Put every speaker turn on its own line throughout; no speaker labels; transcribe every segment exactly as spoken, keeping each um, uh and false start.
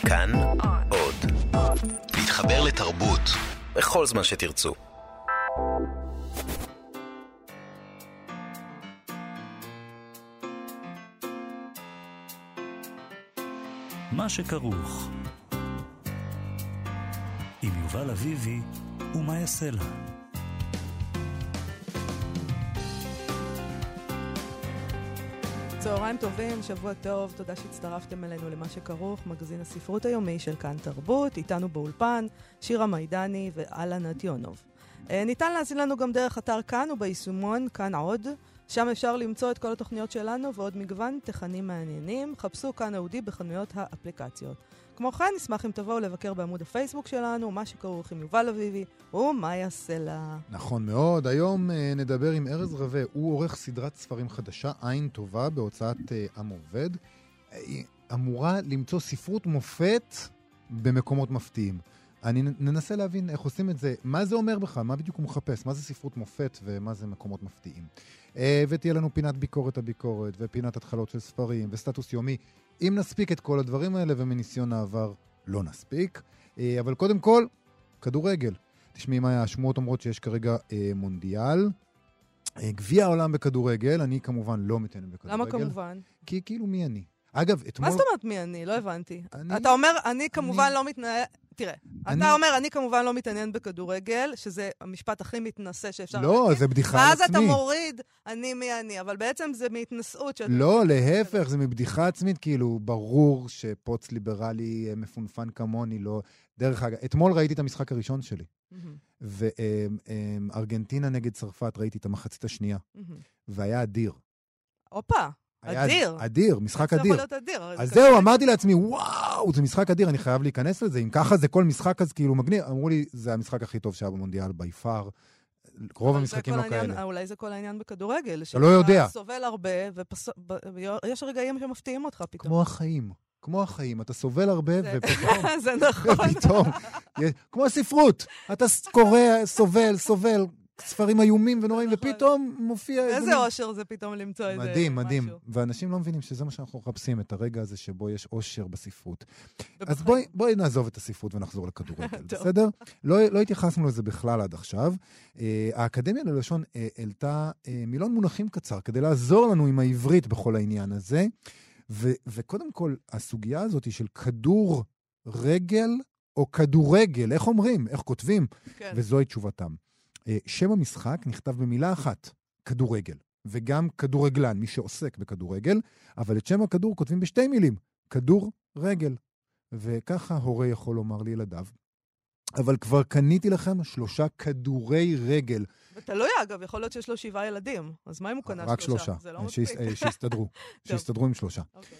כאן עוד. להתחבר לתרבות בכל זמן שתרצו.
מה שכרוך עם יובל אביבי ומה יעשה לה.
צהריים טובים, שבוע טוב, תודה שהצטרפתם אלינו למה שכרוך, מגזין הספרות היומי של כאן תרבות, איתנו באולפן, שירה מיידני ואלן נטיונוב. ניתן להזין לנו גם דרך אתר כאן וביישומון כאן עוד, שם אפשר למצוא את כל התוכניות שלנו ועוד מגוון תכנים מעניינים, חפשו כאן אודי בחנויות האפליקציות. כמו כן, נשמח אם תבואו לבקר בעמוד הפייסבוק שלנו, מה שכרוך עם יובל אביבי ומה יעשה לה.
נכון מאוד, היום נדבר עם ארז רווה, הוא עורך סדרת ספרים חדשה, עין טובה, בהוצאת עם עובד. היא אמורה למצוא ספרות מופת במקומות מפתיעים. אני ננסה להבין איך עושים את זה, מה זה אומר בכלל, מה בדיוק הוא מחפש, מה זה ספרות מופת ומה זה מקומות מפתיעים. ותהיה לנו פינת ביקורת הביקורת ופינת התחלות של ספרים וסטטוס יומי. אם נספיק את כל הדברים האלה ומניסיון העבר לא נספיק. אבל קודם כל, כדורגל. תשמעי מה השמועות אומרות שיש כרגע מונדיאל. גביע העולם בכדורגל, אני כמובן לא מתעניין בכדורגל.
למה כמובן?
כי כאילו מי אני? אגב, אתמול...
מה זאת אומרת מי אני? לא הבנתי. אתה אומר, אני כמובן לא מתנהל... תראה, אתה אומר, אני כמובן לא מתעניין בכדורגל, שזה המשפט הכי מתנשא שאפשר...
לא, זה בדיחה על עצמי.
ואז אתה מוריד, אני מי אני, אבל בעצם זה מהתנסות שאתה...
לא, להפך, זה מבדיחה עצמית, כאילו, ברור שפוץ ליברלי מפונפן כמוני, לא... דרך אגב, אתמול ראיתי את המשחק הראשון שלי, וארגנטינה נגד צרפת, ראיתי את המחצית השנייה, והיה אדיר.
אופה. אדיר.
אדיר, משחק אדיר.
זה יכול להיות אדיר.
אז זהו, אמרתי לעצמי, וואו, זה משחק אדיר, אני חייב להיכנס לזה. אם ככה זה כל משחק אז כאילו מגניב. אמרו לי, זה המשחק הכי טוב שהיה במונדיאל, ביפר. רוב המשחקים לא כאלה.
אולי זה כל העניין בכדורגל.
אתה לא יודע.
אתה סובל הרבה, ויש רגעים שמפתיעים אותך פתאום.
כמו החיים. כמו החיים. אתה סובל הרבה, ופתאום...
זה נכון.
פתאום. כמו הספרות. אתה קורא, סובל, סובל. ספרים איומים ונוראים, ופתאום מופיע...
איזה אושר זה פתאום למצוא איזה משהו.
מדהים, מדהים. ואנשים לא מבינים שזה מה שאנחנו מחפשים, את הרגע הזה שבו יש אושר בספרות. אז בואי נעזוב את הספרות ונחזור לכדורגל, בסדר? לא התייחסנו לזה בכלל עד עכשיו. האקדמיה ללשון העלתה מילון מונחים קצר, כדי לעזור לנו עם העברית בכל העניין הזה. וקודם כל, הסוגיה הזאת של כדור רגל או כדורגל, איך אומרים? איך כותבים? וזוהי תשובתם. שם המשחק נכתב במילה אחת, כדורגל, וגם כדורגלן, מי שעוסק בכדורגל, אבל את שם הכדור כותבים בשתי מילים, כדור רגל. וככה הורה יכול לומר לילדיו. אבל כבר קניתי לכם שלושה כדורי רגל.
ותלוי אגב, יכול להיות שיש לו שבעה ילדים, אז מה אם הוא קנה שלושה?
רק שלושה,
זה לא מספיק.
שיסתדרו, שיסתדרו עם שלושה.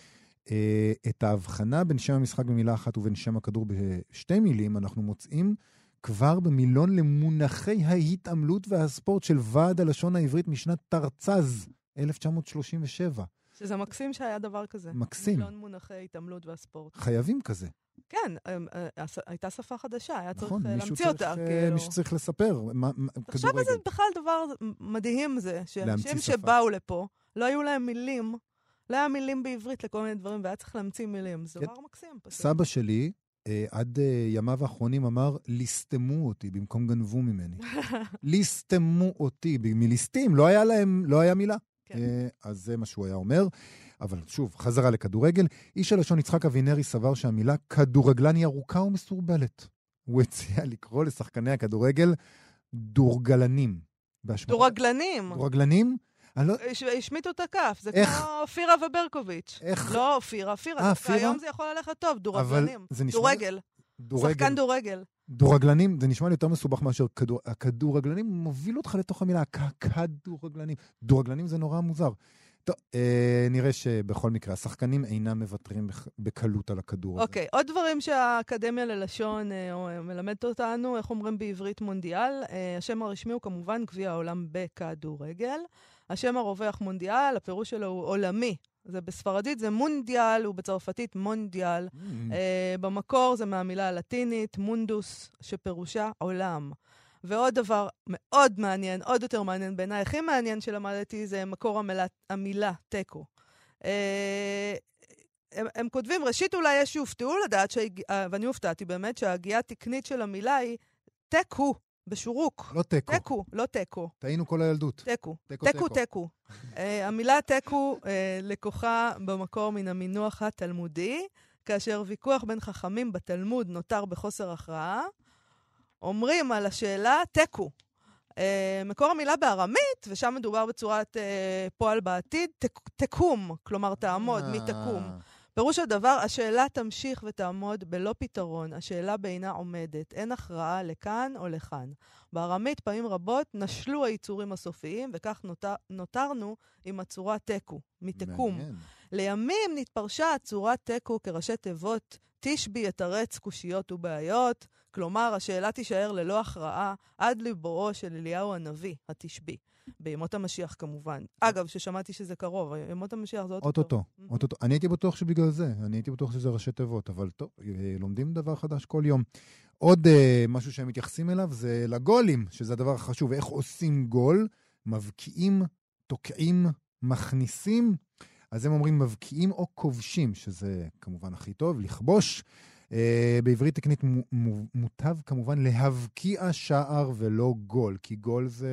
את ההבחנה בין שם המשחק במילה אחת ובין שם הכדור בשתי מילים, אנחנו מוצאים כבר במילון למונחי ההתעמלות והספורט של ועד הלשון העברית משנת תרצז, אלף תשע מאות שלושים ושבע.
שזה מקסים שהיה דבר כזה.
מקסים.
מילון מונחי ההתעמלות והספורט.
חייבים כזה.
כן, הייתה שפה חדשה, היה צריך להמציא אותה.
מישהו צריך לספר.
עכשיו זה בכלל דבר מדהים זה, שאנשים שבאו לפה, לא היו להם מילים, לא היה מילים בעברית לכל מיני דברים, והיה צריך להמציא מילים. זה דבר מקסים.
סבא שלי, עד ימיו האחרונים אמר, ליסתמו אותי, במקום גנבו ממני. ליסתמו אותי, מליסטים, לא היה להם, לא היה מילה. אז זה מה שהוא היה אומר. אבל שוב, חזרה לכדורגל. איש הלשון יצחק אבינרי סבר שהמילה כדורגלן היא ארוכה ומסורבלת. הוא הציע לקרוא לשחקני הכדורגל דורגלנים.
דורגלנים?
דורגלנים?
השמיטו את הכף, זה כמו אופירה וברקוביץ'. לא אופירה, אופירה. היום זה יכול ללכת טוב, דורגלנים. דורגל. שחקן דורגל.
דורגלנים, זה נשמע לי יותר מסובך מאשר הכדורגלנים, מוביל אותך לתוך המילה, הכדורגלנים. דורגלנים זה נורא מוזר. טוב, נראה שבכל מקרה, השחקנים אינם מבטרים בקלות על הכדור.
אוקיי, עוד דברים שהאקדמיה ללשון מלמדת אותנו, איך אומרים בעברית מונדיאל, השם הרשמי הוא כמובן גביע העולם בכדורגל. השם הרווח מונדיאל, הפירוש שלו הוא עולמי. זה בספרדית, זה מונדיאל, ובצרפתית מונדיאל. Mm. Uh, במקור זה מהמילה הלטינית, מונדוס, שפירושה עולם. ועוד דבר מאוד מעניין, עוד יותר מעניין בעיניי, הכי מעניין שלמדתי, זה מקור המילה, המילה טקו. Uh, הם, הם כותבים, ראשית אולי יש שיופתעו לדעת, שהג... ואני הופתעתי באמת, שההגיעה התקנית של המילה היא תקו, בשורוק.
לא תקו.
תקו, לא תקו.
טעינו כל הילדות.
תקו. תקו, תקו. המילה תקו לקוחה במקור מן המינוח התלמודי, כאשר ויכוח בין חכמים בתלמוד נותר בחוסר הכרעה, אומרים על השאלה תקו. מקור המילה בארמית, ושם מדובר בצורת פועל בעתיד, תקום, כלומר תעמוד, מי תקום. פירוש הדבר, השאלה תמשיך ותעמוד בלא פתרון, השאלה בעינה עומדת, אין הכרעה לכאן או לכאן. בארמית פעמים רבות נשלו היצורים הסופיים, וכך נותר, נותרנו עם הצורה תקו, מתקום. מעניין. לימים נתפרשה הצורה תקו כראשי תיבות, תשבי יתרץ קושיות ובעיות, כלומר השאלה תישאר ללא הכרעה עד לבואו של אליהו הנביא, התשבי. בימות המשיח כמובן. אגב, ששמעתי שזה קרוב, ימות המשיח זה אוטוטו.
אוטוטו. אני הייתי בטוח שבגלל זה, אני הייתי בטוח שזה ראשי תיבות, אבל טוב, לומדים דבר חדש כל יום. עוד משהו שהם מתייחסים אליו זה לגולים, שזה הדבר החשוב. איך עושים גול? מבקיעים, תוקעים, מכניסים. אז הם אומרים מבקיעים או כובשים, שזה כמובן הכי טוב, לכבוש. בעברית תקנית מוטב כמובן להבקיע שער ולא גול, כי גול זה...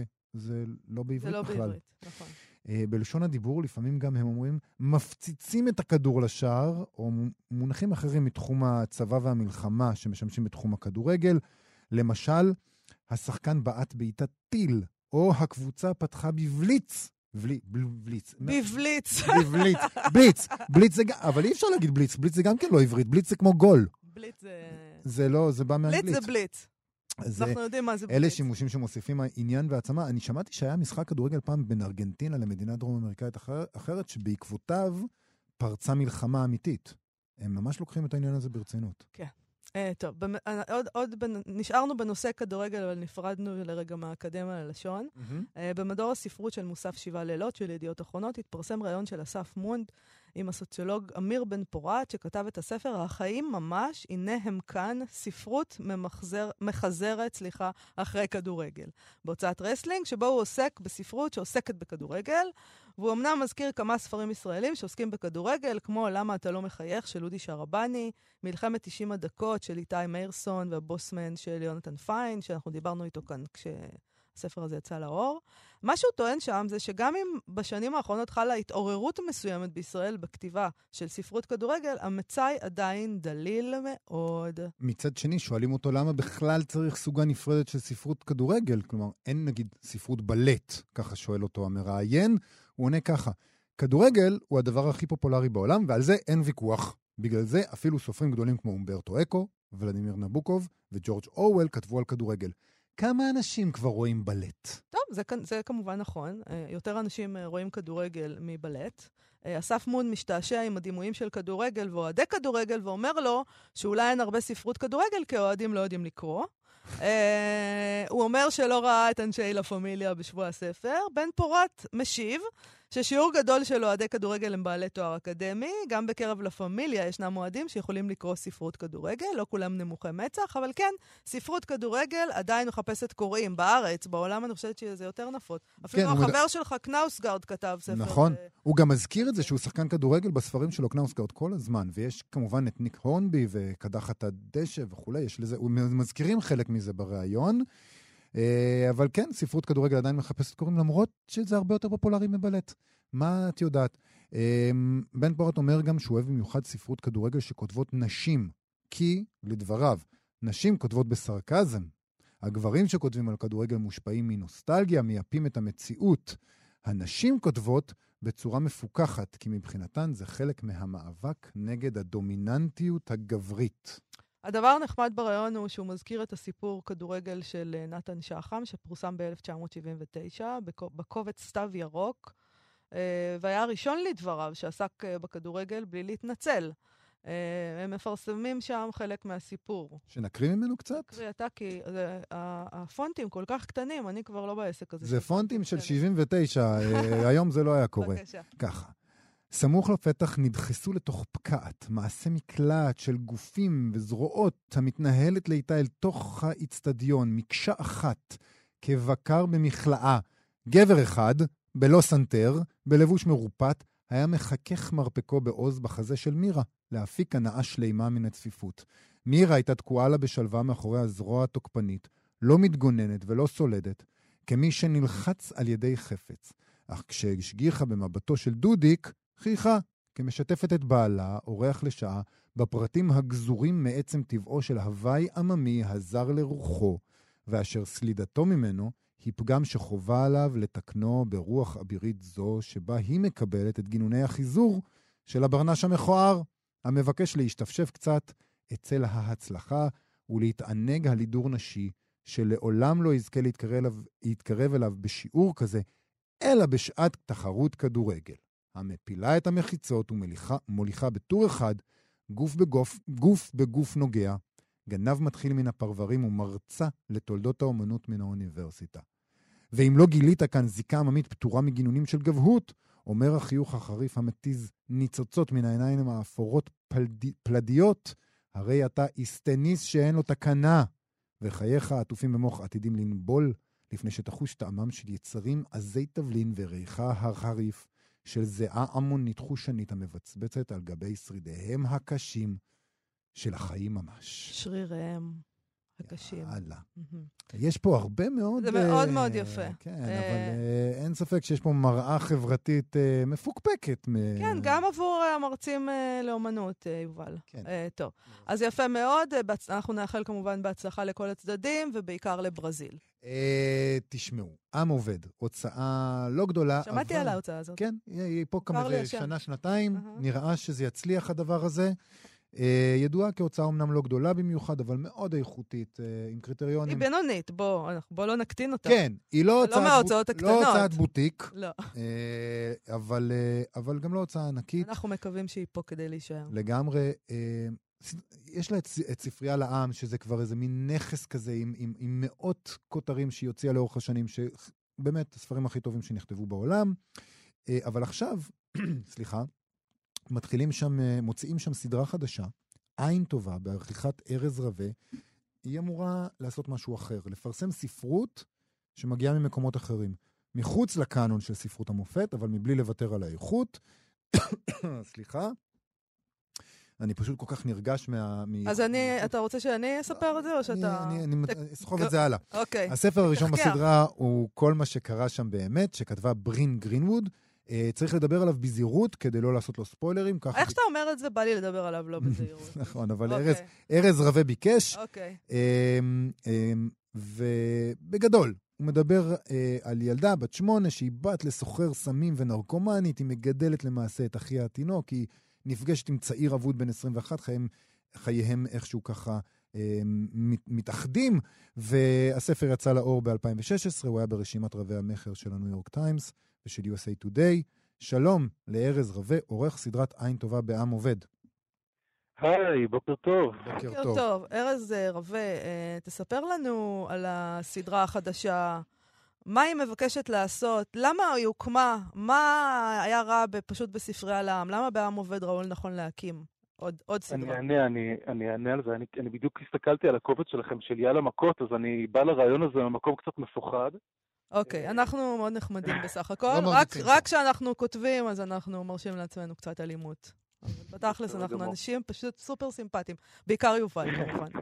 זה לא בעברית בכלל. זה לא בעברית, נכון. בלשון הדיבור לפעמים גם הם אומרים, מפציצים את הכדור לשער, או מונחים אחרים מתחום הצבא והמלחמה שמשמשים בתחום הכדורגל. למשל, השחקן בעט בעיטת טיל, או הקבוצה פתחה בבליץ. בלי, בליץ.
בבליץ.
בבליץ. בליץ. בליץ זה גם, אבל אי אפשר להגיד בליץ. בליץ זה גם כן לא עברית. בליץ זה כמו גול.
בליץ זה...
זה לא, זה בא מאנגלית.
בליץ זה בליץ. אנחנו יודעים מה זה בליץ.
אלה שימושים שמוסיפים עניין ועצמה. אני שמעתי שהיה משחק כדורגל פעם בין ארגנטינה למדינה דרום אמריקאית אחרת, שבעקבותיו פרצה מלחמה אמיתית. הם ממש לוקחים את העניין הזה ברצינות.
כן. טוב, עוד נשארנו בנושא כדורגל, אבל נפרדנו לרגע מהאקדמיה ללשון. במדור הספרות של מוסף שבעה לילות של ידיעות אחרונות, התפרסם רעיון של אסף מונד עם הסוציולוג אמיר בן פורת, שכתב את הספר, החיים ממש, הנה הם כאן, ספרות ממחזר, מחזרת, סליחה, אחרי כדורגל. בהוצאת רסלינג, שבו הוא עוסק בספרות שעוסקת בכדורגל, והוא אמנם מזכיר כמה ספרים ישראלים שעוסקים בכדורגל, כמו למה אתה לא מחייך של אודי שרבני, מלחמת תשעים הדקות של איתי מיירסון והבוסמן של יונתן פיין, שאנחנו דיברנו איתו כאן כשהספר הזה יצא לאור. מה שהוא טוען שם זה שגם אם בשנים האחרונות חלה התעוררות מסוימת בישראל בכתיבה של ספרות כדורגל, המצאי עדיין דליל מאוד.
מצד שני, שואלים אותו למה בכלל צריך סוגה נפרדת של ספרות כדורגל, כלומר, אין נגיד ספרות בלט, ככה שואל אותו המראיין, הוא עונה ככה, כדורגל הוא הדבר הכי פופולרי בעולם, ועל זה אין ויכוח. בגלל זה אפילו סופרים גדולים כמו אומברטו אקו, ולדימיר נבוקוב וג'ורג' אורוול כתבו על כדורגל. כמה אנשים כבר רואים בלט?
טוב, זה, זה כמובן נכון. יותר אנשים רואים כדורגל מבלט. אסף מון משתעשע עם הדימויים של כדורגל ואוהדי כדורגל, ואומר לו שאולי אין הרבה ספרות כדורגל, כי האוהדים לא יודעים לקרוא. הוא אומר שלא ראה את אנשי לה פמיליה בשבוע הספר. בן פורת משיב ששיעור גדול של אוהדי כדורגל הם בעלי תואר אקדמי, גם בקרב לה פמיליה ישנם אוהדים שיכולים לקרוא ספרות כדורגל, לא כולם נמוכי מצח, אבל כן, ספרות כדורגל עדיין מחפשת קוראים בארץ, בעולם אני חושבת שזה יותר נפוץ. אפילו כן, החבר הוא... שלך קנאוסגרד כתב ספר.
נכון, ו... הוא גם מזכיר את זה שהוא שחקן כדורגל בספרים שלו קנאוסגרד כל הזמן, ויש כמובן את ניק הורנבי וקדחת הדשא וכו', יש לזה, מזכירים חלק מזה בריאיון, אבל כן, ספרות כדורגל עדיין מחפשת קוראים, למרות שזה הרבה יותר פופולרי מבלט. מה את יודעת? בן פורת אומר גם שהוא אוהב במיוחד ספרות כדורגל שכותבות נשים, כי, לדבריו, נשים כותבות בסרקזם. הגברים שכותבים על כדורגל מושפעים מנוסטלגיה, מייפים את המציאות. הנשים כותבות בצורה מפוקחת, כי מבחינתן זה חלק מהמאבק נגד הדומיננטיות הגברית.
הדבר הנחמד ברעיון הוא שהוא מזכיר את הסיפור כדורגל של נתן שחם, שפורסם ב-אלף תשע מאות שבעים ותשע, בקובץ סתיו ירוק, והיה הראשון לדבריו שעסק בכדורגל בלי להתנצל. הם מפרסמים שם חלק מהסיפור.
שנקריא ממנו קצת?
נקריא אתה, כי הפונטים כל כך קטנים, אני כבר לא בעסק הזה.
זה פונטים של שבעים ותשע, היום זה לא היה קורה. בבקשה. ככה. סמוך לפתח נדחסו לתוך פקעת, מעשה מקלט של גופים וזרועות המתנהלת לאיתה אל תוך האצטדיון, מקשה אחת, כבקר במכלאה, גבר אחד, בלא סנטר, בלבוש מרופט, היה מחכך מרפקו בעוז בחזה של מירה, להפיק הנאה שלימה מן הצפיפות. מירה הייתה תקועה לה בשלווה מאחורי הזרוע התוקפנית, לא מתגוננת ולא סולדת, כמי שנלחץ על ידי חפץ. אך כשהשגיחה במבטו של דודיק, חיכה, כמשתפת את בעלה, אורח לשעה, בפרטים הגזורים מעצם טבעו של הוואי עממי הזר לרוחו, ואשר סלידתו ממנו היא פגם שחובה עליו לתקנו ברוח אבירית זו, שבה היא מקבלת את גינוני החיזור של הברנש המכוער, המבקש להשתפשף קצת אצל ההצלחה ולהתענג על הידור נשי, שלעולם לא יזכה להתקרב אליו, להתקרב אליו בשיעור כזה, אלא בשעת תחרות כדורגל, המפילה את המחיצות ומוליכה בטור אחד, גוף בגוף, גוף בגוף נוגע, גנב מתחיל מן הפרברים ומרצה לתולדות האומנות מן האוניברסיטה. ואם לא גילית כאן זיקה עממית פטורה מגינונים של גבהות, אומר החיוך החריף המתיז ניצוצות מן העיניים האפורות פלד... פלדיות, הרי אתה איסטניס שאין לו תקנה, וחייך עטופים במוח עתידים לנבול, לפני שתחוש טעמם של יצרים עזי תבלין וריחה החריף, של זיעה עמונית חושנית המבצבצת על גבי שרידיהם הקשים של החיים ממש.
שריריהם הקשים.
יאללה. יש פה הרבה מאוד...
זה מאוד מאוד יפה.
כן, אבל אין ספק שיש פה מראה חברתית מפוקפקת.
כן, גם עבור המרצים לאומנות, יובל. טוב. אז יפה מאוד. אנחנו נאחל כמובן בהצלחה לכל הצדדים, ובעיקר לברזיל.
תשמעו, עם עובד, הוצאה לא גדולה.
שמעתי על ההוצאה הזאת.
כן, היא פה כמה שנה, שנתיים. נראה שזה יצליח הדבר הזה. ידועה כהוצאה אומנם לא גדולה במיוחד, אבל מאוד איכותית, עם קריטריונים.
היא בינונית, בוא, בוא לא נקטין אותה.
כן, היא לא
הוצאת
בוטיק,
לא.
אבל, אבל גם לא הוצאה ענקית.
אנחנו מקווים שהיא פה כדי להישאר.
לגמרי, יש לה את, את ספרייה לעם, שזה כבר איזה מין נכס כזה, עם, עם, עם מאות כותרים שהיא הוציאה לאורך השנים, שבאמת הספרים הכי טובים שנכתבו בעולם. אבל עכשיו, סליחה, מתחילים שם, מוציאים שם סדרה חדשה, עין טובה, בעריכת ארז רווה. היא אמורה לעשות משהו אחר, לפרסם ספרות שמגיעה ממקומות אחרים. מחוץ לקאנון של ספרות המופת, אבל מבלי לוותר על האיכות. סליחה. אני פשוט כל כך נרגש מה...
אז אני, אתה רוצה שאני אספר את זה, או שאתה...
אני, אני אסחוב את זה הלאה.
אוקיי.
הספר הראשון בסדרה הוא כל מה שקרה שם באמת, שכתבה ברין גרינווד. צריך לדבר עליו בזהירות, כדי לא לעשות לו ספוילרים.
איך שאתה אומר את זה, בא לי לדבר עליו לא בזהירות.
נכון, אבל ארז רווה ביקש.
אוקיי.
ובגדול, הוא מדבר על ילדה בת שמונה, שהיא בת לסוחר סמים ונרקומנית, היא מגדלת למעשה את אחיה התינוק, היא נפגשת עם צעיר אבוד בן עשרים ואחת, חייהם, חייהם איכשהו ככה אה, מת, מתאחדים, והספר יצא לאור ב-אלפיים ושש עשרה, הוא היה ברשימת רבי המחר של הניו יורק טיימס ושל יו אס איי Today. שלום לארז רווה, עורך סדרת עין טובה בעם עובד.
היי, בוקר טוב.
בוקר, בוקר טוב. טוב. ארז רווה, אה, תספר לנו על הסדרה החדשה, מה היא מבקשת לעשות? למה היא הוקמה? מה היה רע פשוט בספרי לעם? למה בעם עובד ראוי נכון להקים עוד, עוד סדרה?
אני אענה, אני, אני אענה על זה. אני, אני בדיוק הסתכלתי על הקובץ שלכם של יאללה מכות, אז אני בא לרעיון הזה במקום קצת מפוחד.
אוקיי, אנחנו מאוד נחמדים בסך הכל. רק, רק כשאנחנו כותבים, אז אנחנו מרשים לעצמנו קצת אלימות. בתכלס אנחנו אנשים פשוט סופר סימפטיים. בעיקר יובל, כמובן.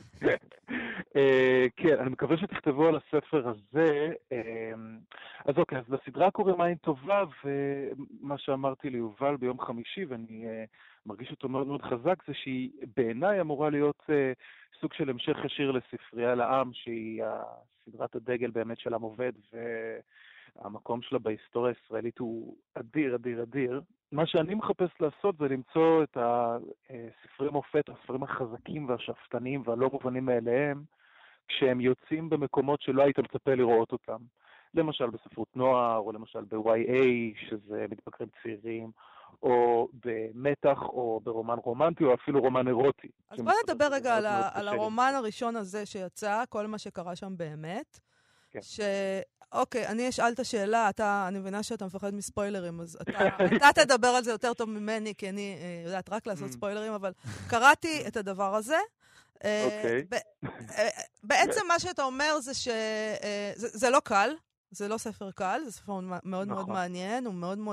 כן, אני מקווה שתכתבו על הספר הזה. אז אוקיי, אז לסדרה קוראים עין טובה, ומה שאמרתי ליובל ביום חמישי, ואני מרגיש אותו מאוד מאוד חזק, זה שהיא בעיניי אמורה להיות סוג של המשך ישיר לספרייה לעם, שהיא סדרת הדגל באמת של עם עובד, והמקום שלה בהיסטוריה הישראלית הוא אדיר, אדיר, אדיר. מה שאני מחפש לעשות זה למצוא את הספרי מופת, הספרים החזקים והשאפתניים והלא מובנים מאליהם, כשהם יוצאים במקומות שלא היית מצפה לראות אותם. למשל בספרות נוער, או למשל ב-וואי איי, שזה מתבגרים צעירים, או במתח, או ברומן רומנטי, או אפילו רומן אירוטי.
אז בוא נדבר רגע על, על הרומן הראשון הזה שיצא, כל מה שקרה שם באמת. כן. ש... אוקיי, אני אשאל את השאלה, אתה, אני מבינה שאתה מפחד מספוילרים, אז אתה, אתה תדבר על זה יותר טוב ממני, כי אני אה, יודעת רק לעשות ספוילרים, אבל קראתי את הדבר הזה.
אוקיי.
אה, בעצם מה שאתה אומר זה שזה זה לא קל, זה לא ספר קל, זה ספר מאוד נכון. מאוד מעניין, הוא מאוד מאוד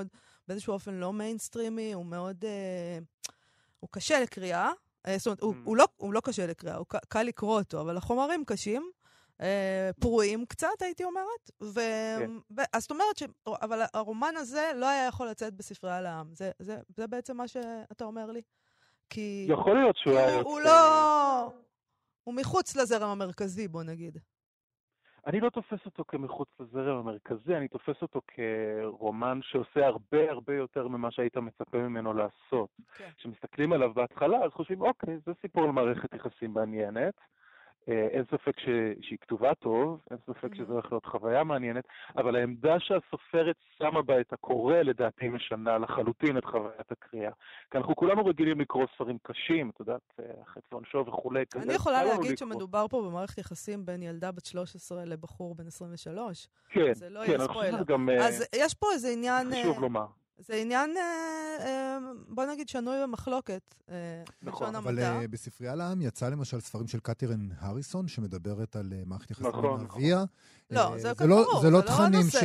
באיזשהו אופן לא מיינסטרימי, הוא מאוד, אה, הוא קשה לקריאה, אה, זאת אומרת, הוא, הוא, לא, הוא לא קשה לקריאה, הוא קל לקרוא אותו, אבל החומרים קשים, אה, פרועים קצת, הייתי אומרת, ו... ו... אז זאת אומרת, ש... אבל הרומן הזה לא היה יכול לצאת בספרייה לעם, זה, זה, זה בעצם מה שאתה אומר לי? כי...
יכול להיות שהוא היה...
הוא, הוא לא... הוא מחוץ לזרם המרכזי, בוא נגיד.
אני לא תופס אותו כמחוץ לזרם המרכזי, אני תופס אותו כרומן שעושה הרבה הרבה יותר ממה שהיית מצפה ממנו לעשות. כשמסתכלים עליו בהתחלה, אז חושבים, אוקיי, זה סיפור על מערכת יחסים מעניינת, אין ספק ש... שהיא כתובה טוב, אין ספק שזה הולך להיות חוויה מעניינת, אבל העמדה שהסופרת שמה בה את הקורא, לדעתי משנה לחלוטין את חוויית הקריאה. כי אנחנו כולנו רגילים לקרוא ספרים קשים, אתה יודעת, חצון שוב וכולי.
אני יכולה להגיד שמדובר פה במערכת יחסים בין ילדה בת שלוש עשרה לבחור בן עשרים ושלוש.
כן,
זה לא
כן,
יהיה ספוילר.
גם...
אז יש פה איזה עניין...
חשוב לומר.
זה עניין, בוא נגיד, שנוי במחלוקת.
נכון, אבל בספרייה לעם יצא למשל ספרים של קתרין הריסון, שמדברת על מערכת יחסים עם אביה.
לא, זה ברור,
זה לא תכנים ש...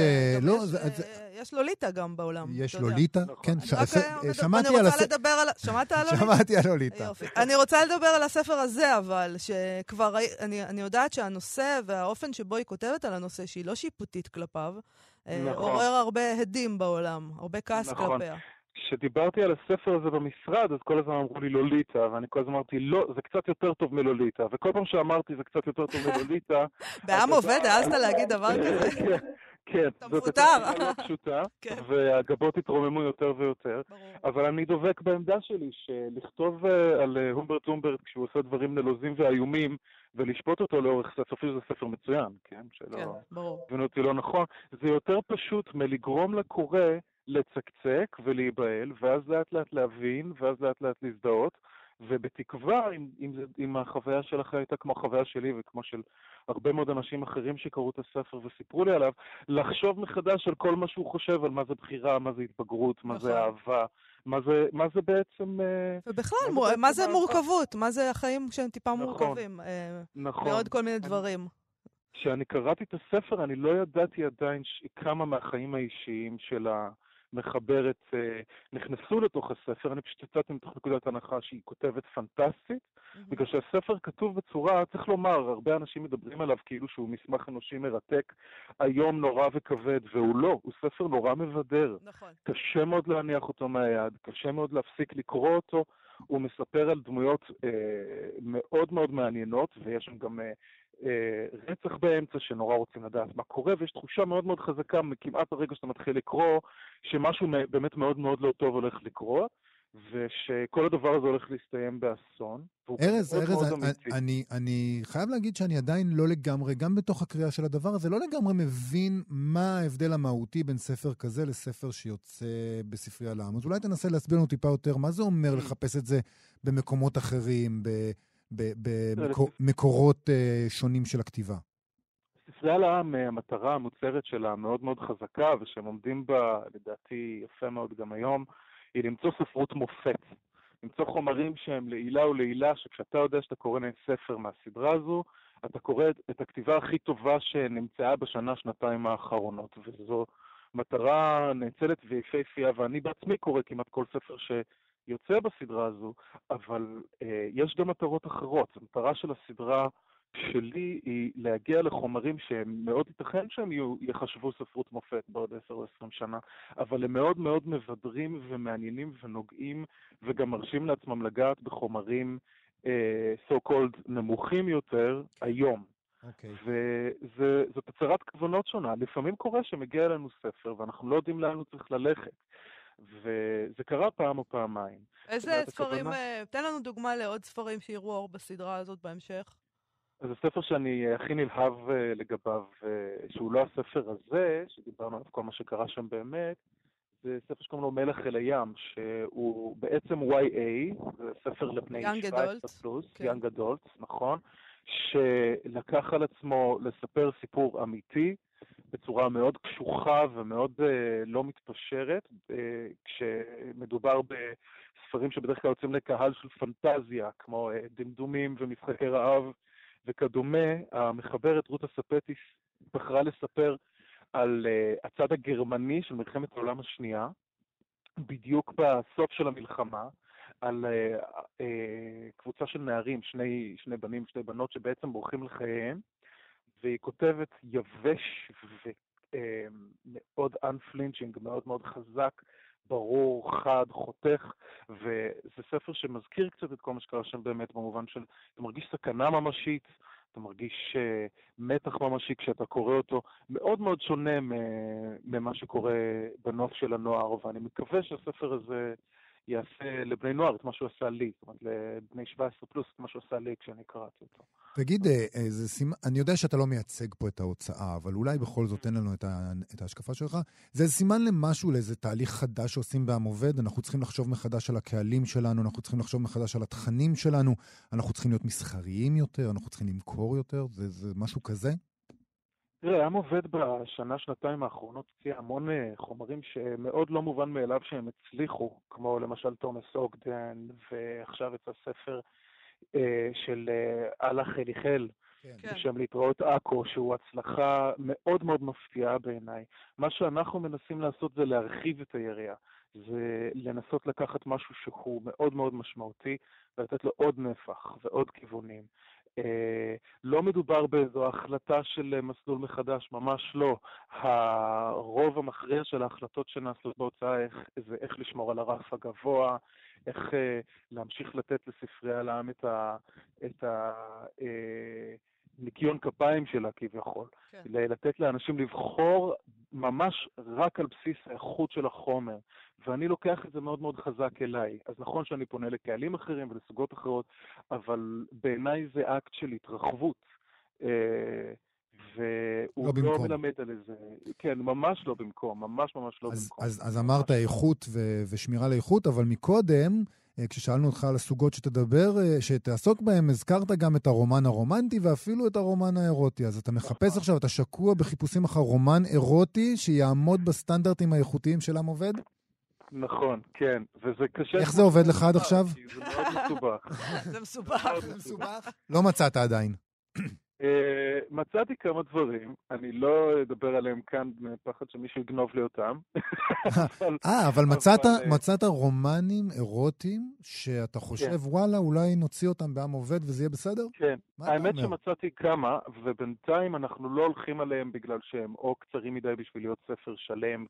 יש לוליטה גם בעולם.
יש לוליטה, כן.
שמעתי על הספר... שמעת על לוליטה?
שמעתי על לוליטה.
אני רוצה לדבר על הספר הזה, אבל שכבר, אני יודעת שהנושא והאופן שבו היא כותבת על הנושא, שהיא לא שיפוטית כלפיו, עורר הרבה הדים בעולם, הרבה כעס כלפיה.
כשדיברתי על הספר הזה במשרד, אז כל הזמן אמרו לי לוליטה, ואני כל הזמן אמרתי, לא, זה קצת יותר טוב מלוליטה. וכל פעם שאמרתי, זה קצת יותר טוב מלוליטה...
בעם עובד, העזת להגיד דבר כזה.
כן, זאת הייתה לא פשוטה, והגבות התרוממו יותר ויותר, אבל אני דובק בעמדה שלי, שלכתוב על הומברט זומברט, כשהוא עושה דברים נלוזים ואיומים, ולשפוט אותו לאורך ספר, שזה ספר מצוין, כן? שלא...
ברור.
ונותי לא נכון. זה יותר פשוט מלגרום לקורא לצקצק ולהיבהל, ואז לאט לאט להבין, ואז לאט לאט להזדהות, ובתקווה, אם, אם, אם החוויה שלך הייתה כמו החוויה שלי וכמו של הרבה מאוד אנשים אחרים שקראו את הספר וסיפרו לי עליו, לחשוב מחדש על כל מה שהוא חושב, על מה זה בחירה, מה זה התבגרות, מה זה אהבה, מה זה, מה זה בעצם...
ובכלל, מה זה, מה זה מורכבות, מה זה החיים שהם טיפה נכון, מורכבים. נכון. ועוד כל מיני דברים.
כשאני קראתי את הספר, אני לא ידעתי עדיין כמה מהחיים האישיים של ה... מחברת, נכנסו לתוך הספר, אני פשוט יצאתי מתוך נקודת הנחה שהיא כותבת פנטסטית, בגלל שהספר כתוב בצורה, צריך לומר, הרבה אנשים מדברים עליו כאילו שהוא מסמך אנושי מרתק, היום נורא וכבד, והוא לא, הוא ספר נורא מבדר.
נכון.
קשה מאוד להניח אותו מהיד, קשה מאוד להפסיק לקרוא אותו, הוא מספר על דמויות אה, מאוד מאוד מעניינות, ויש שם גם... אה, רצח באמצע שנורא רוצים לדעת מה קורה, ויש תחושה מאוד מאוד חזקה מכמעט הרגע שאתה מתחיל לקרוא, שמשהו באמת מאוד מאוד לא טוב הולך לקרות, ושכל הדבר הזה הולך להסתיים באסון.
ארז, ארז, אני, אני חייב להגיד שאני עדיין לא לגמרי, גם בתוך הקריאה של הדבר הזה, לא לגמרי מבין מה ההבדל המהותי בין ספר כזה לספר שיוצא בספרייה לעם. אז אולי תנסה להסביר לנו טיפה יותר, מה זה אומר לחפש את זה במקומות אחרים, ב... במקורות שונים של הכתיבה?
ספרייה לעם, המטרה המוצהרת שלה מאוד מאוד חזקה, ושהם עומדים בה, לדעתי יפה מאוד גם היום, היא למצוא ספרות מופת. למצוא חומרים שהם לעילה ולעילה, שכשאתה יודע שאתה קורא ספר מהסדרה הזו, אתה קורא את הכתיבה הכי טובה שנמצאה בשנה, שנתיים האחרונות, וזו מטרה נאצלת ויפהפייה, ואני בעצמי קורא כמעט כל ספר ש... יוצא בסדרה הזו, אבל אה, יש גם מטרות אחרות. המטרה של הסדרה שלי היא להגיע לחומרים שהם מאוד ייתכן שהם יחשבו ספרות מופת בעוד עשר או עשרים שנה, אבל הם מאוד מאוד מבדרים ומעניינים ונוגעים, וגם מרשים לעצמם לגעת בחומרים אה, so called נמוכים יותר היום.
Okay.
וזאת הצהרת כוונות שונה. לפעמים קורה שמגיע אלינו ספר, ואנחנו לא יודעים לאן הוא צריך ללכת. וזה קרה פעם או פעמיים.
איזה ספרים, תן לנו דוגמה לעוד ספרים שיראו אור בסדרה הזאת בהמשך.
אז הספר שאני הכי נלהב לגביו, שהוא לא הספר הזה, שדיברנו על כל מה שקרה שם באמת, זה ספר שקוראים לו מלך אל הים, שהוא בעצם וואי איי, זה ספר לבני שבע עשרה פלוס, יאנג אדולטס, נכון, שלקח על עצמו לספר סיפור אמיתי, בצורה מאוד קשוחה ומאוד uh, לא מתפשרת, uh, כשמדובר בספרים שבדרך כלל יוצאים לקהל של פנטזיה, כמו uh, דמדומים ומשחקי רעב וכדומה. המחברת רות הספטיס בחרה לספר על uh, הצד הגרמני של מלחמת העולם השנייה, בדיוק בסוף של המלחמה, על uh, uh, קבוצה של נערים, שני, שני בנים, שני בנות, שבעצם בורחים לחייהם, והיא כותבת יבש ומאוד uh, unflinching, מאוד מאוד חזק, ברור, חד, חותך, וזה ספר שמזכיר קצת את כל מה שקרה שם באמת, במובן של, אתה מרגיש סכנה ממשית, אתה מרגיש uh, מתח ממשי כשאתה קורא אותו, מאוד מאוד שונה ממה שקורה בנוף של הנוער, ואני מקווה שהספר הזה יעשה לבני נוער את מה שהוא עשה לי, זאת אומרת, לבני שבע עשרה פלוס את מה שהוא עשה לי כשאני קראתי אותו.
תגיד, זה סימן, אני יודע שאתה לא מייצג פה את ההוצאה, אבל אולי בכל זאת תן לנו את, ה, את ההשקפה שלך. זה סימן למשהו, לאיזה תהליך חדש שעושים בעם עובד, אנחנו צריכים לחשוב מחדש על הקהלים שלנו, אנחנו צריכים לחשוב מחדש על התכנים שלנו, אנחנו צריכים להיות מסחריים יותר, אנחנו צריכים למכור יותר, זה, זה משהו כזה?
תראה, עם עובד בשנה, שנתיים האחרונות הציע המון חומרים שמאוד לא מובן מאליו שהם הצליחו, כמו למשל תומס אוגדן, ועכשיו את הספר אה, של אה, אללה חליחל, כן. בשם להתראות אקו, שהוא הצלחה מאוד מאוד מפתיעה בעיניי. מה שאנחנו מנסים לעשות זה להרחיב את היריעה, זה לנסות לקחת משהו שהוא מאוד מאוד משמעותי, ולתת לו עוד נפח ועוד כיוונים. Uh, לא מדובר באיזו החלטה של מסלול מחדש, ממש לא. הרוב המכריע של ההחלטות שנעשות בהוצאה איך, זה איך לשמור על הרף הגבוה, איך uh, להמשיך לתת לספרייה לעם את ה... את ה uh, ניקיון כפיים שלה כביכול. כן. לתת לאנשים לבחור ממש רק על בסיס האיכות של החומר. ואני לוקח את זה מאוד מאוד חזק אליי. אז נכון שאני פונה לקהלים אחרים ולסוגות אחרות, אבל בעיניי זה אקט של התרחבות. והוא לא, לא מלמד על איזה... כן, ממש לא במקום, ממש ממש לא
אז,
במקום.
אז, אז אמרת איכות ו- ושמירה לאיכות, אבל מקודם, כששאלנו אותך על הסוגות שתדבר, שתעסוק בהם, הזכרת גם את הרומן הרומנטי ואפילו את הרומן האירוטי. אז אתה מחפש עכשיו, אתה שקוע בחיפושים אחר רומן אירוטי שיעמוד בסטנדרטים האיכותיים של עם עובד?
נכון, כן, וזה קשה.
איך זה עובד לך עד עכשיו?
זה מאוד מסובך.
זה מסובך.
זה מסובך? לא מצאת עדיין.
מצאתי כמה דברים, אני לא אדבר עליהם כאן מפחד שמישהו יגנוב לי אותם.
אה, אבל מצאת רומנים אירוטיים שאתה חושב, וואלה, אולי נוציא אותם בעם עובד וזה יהיה בסדר?
כן, האמת שמצאתי כמה, ובינתיים אנחנו לא הולכים עליהם בגלל שהם או קצרים מדי בשביל להיות ספר שלם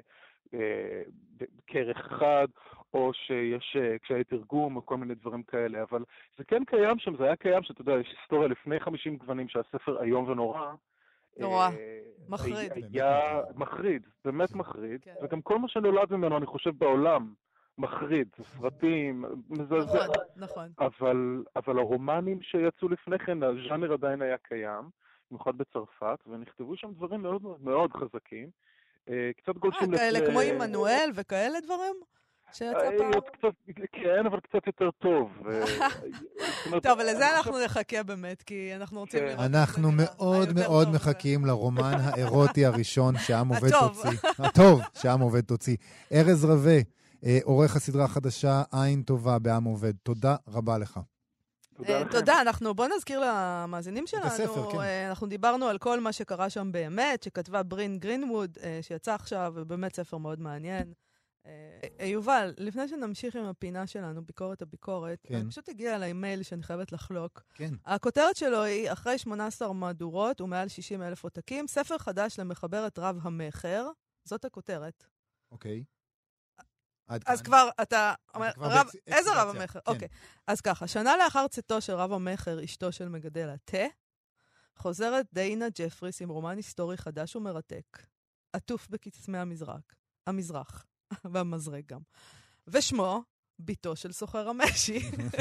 כערך אחד, או שיש קשיי תרגום או כל מיני דברים כאלה, אבל זה כן קיים שם, זה היה קיים שאתה יודע, יש היסטוריה לפני חמישים גוונים שהספר היום ונורא.
נורא, מחריד.
היה מחריד, באמת מחריד, וגם כל מה שנולד ממנו, אני חושב בעולם, מחריד, סרטים, מזלזל.
נכון,
נכון. אבל הרומנים שיצאו לפני כן, הז'אנר עדיין היה קיים, במיוחד בצרפת, ונכתבו שם דברים מאוד מאוד חזקים. קצת גולשים
לפני... כאלה כמו עמנואל וכאלה דברים? שיצא פעם?
כן, אבל קצת יותר טוב.
טוב, אבל לזה אנחנו נחכה באמת, כי אנחנו רוצים לראות...
אנחנו מאוד מאוד מחכים לרומן האירוטי הראשון שעם עובד תוציא. הטוב, שעם עובד תוציא. ארז רווה, עורך הסדרה החדשה עין טובה בעם עובד. תודה רבה לך.
תודה, אנחנו, בוא נזכיר למאזינים שלנו, אנחנו דיברנו על כל מה שקרה שם באמת, שכתבה ברין גרינווד, שיצא עכשיו, ובאמת ספר מאוד מעניין. יובל, לפני שנמשיך עם הפינה שלנו, ביקורת הביקורת, אני פשוט הגיע אליי מייל שאני חייבת לחלוק. הכותרת שלו היא, אחרי שמונה עשרה מהדורות ומעל שישים אלף עותקים, ספר חדש למחברת רב המחר, זאת הכותרת.
אוקיי.
אז כבר אתה אומר, איזה רב המחר? אוקיי. אז ככה, שנה לאחר צאתו של רב המחר, אשתו של מגדל התה, חוזרת דיינה ג'פריס עם רומן היסטורי חדש ומרתק, עטוף בקסמי המזרח, והמזרק גם. ושמו, ביתו של סוחר המשי.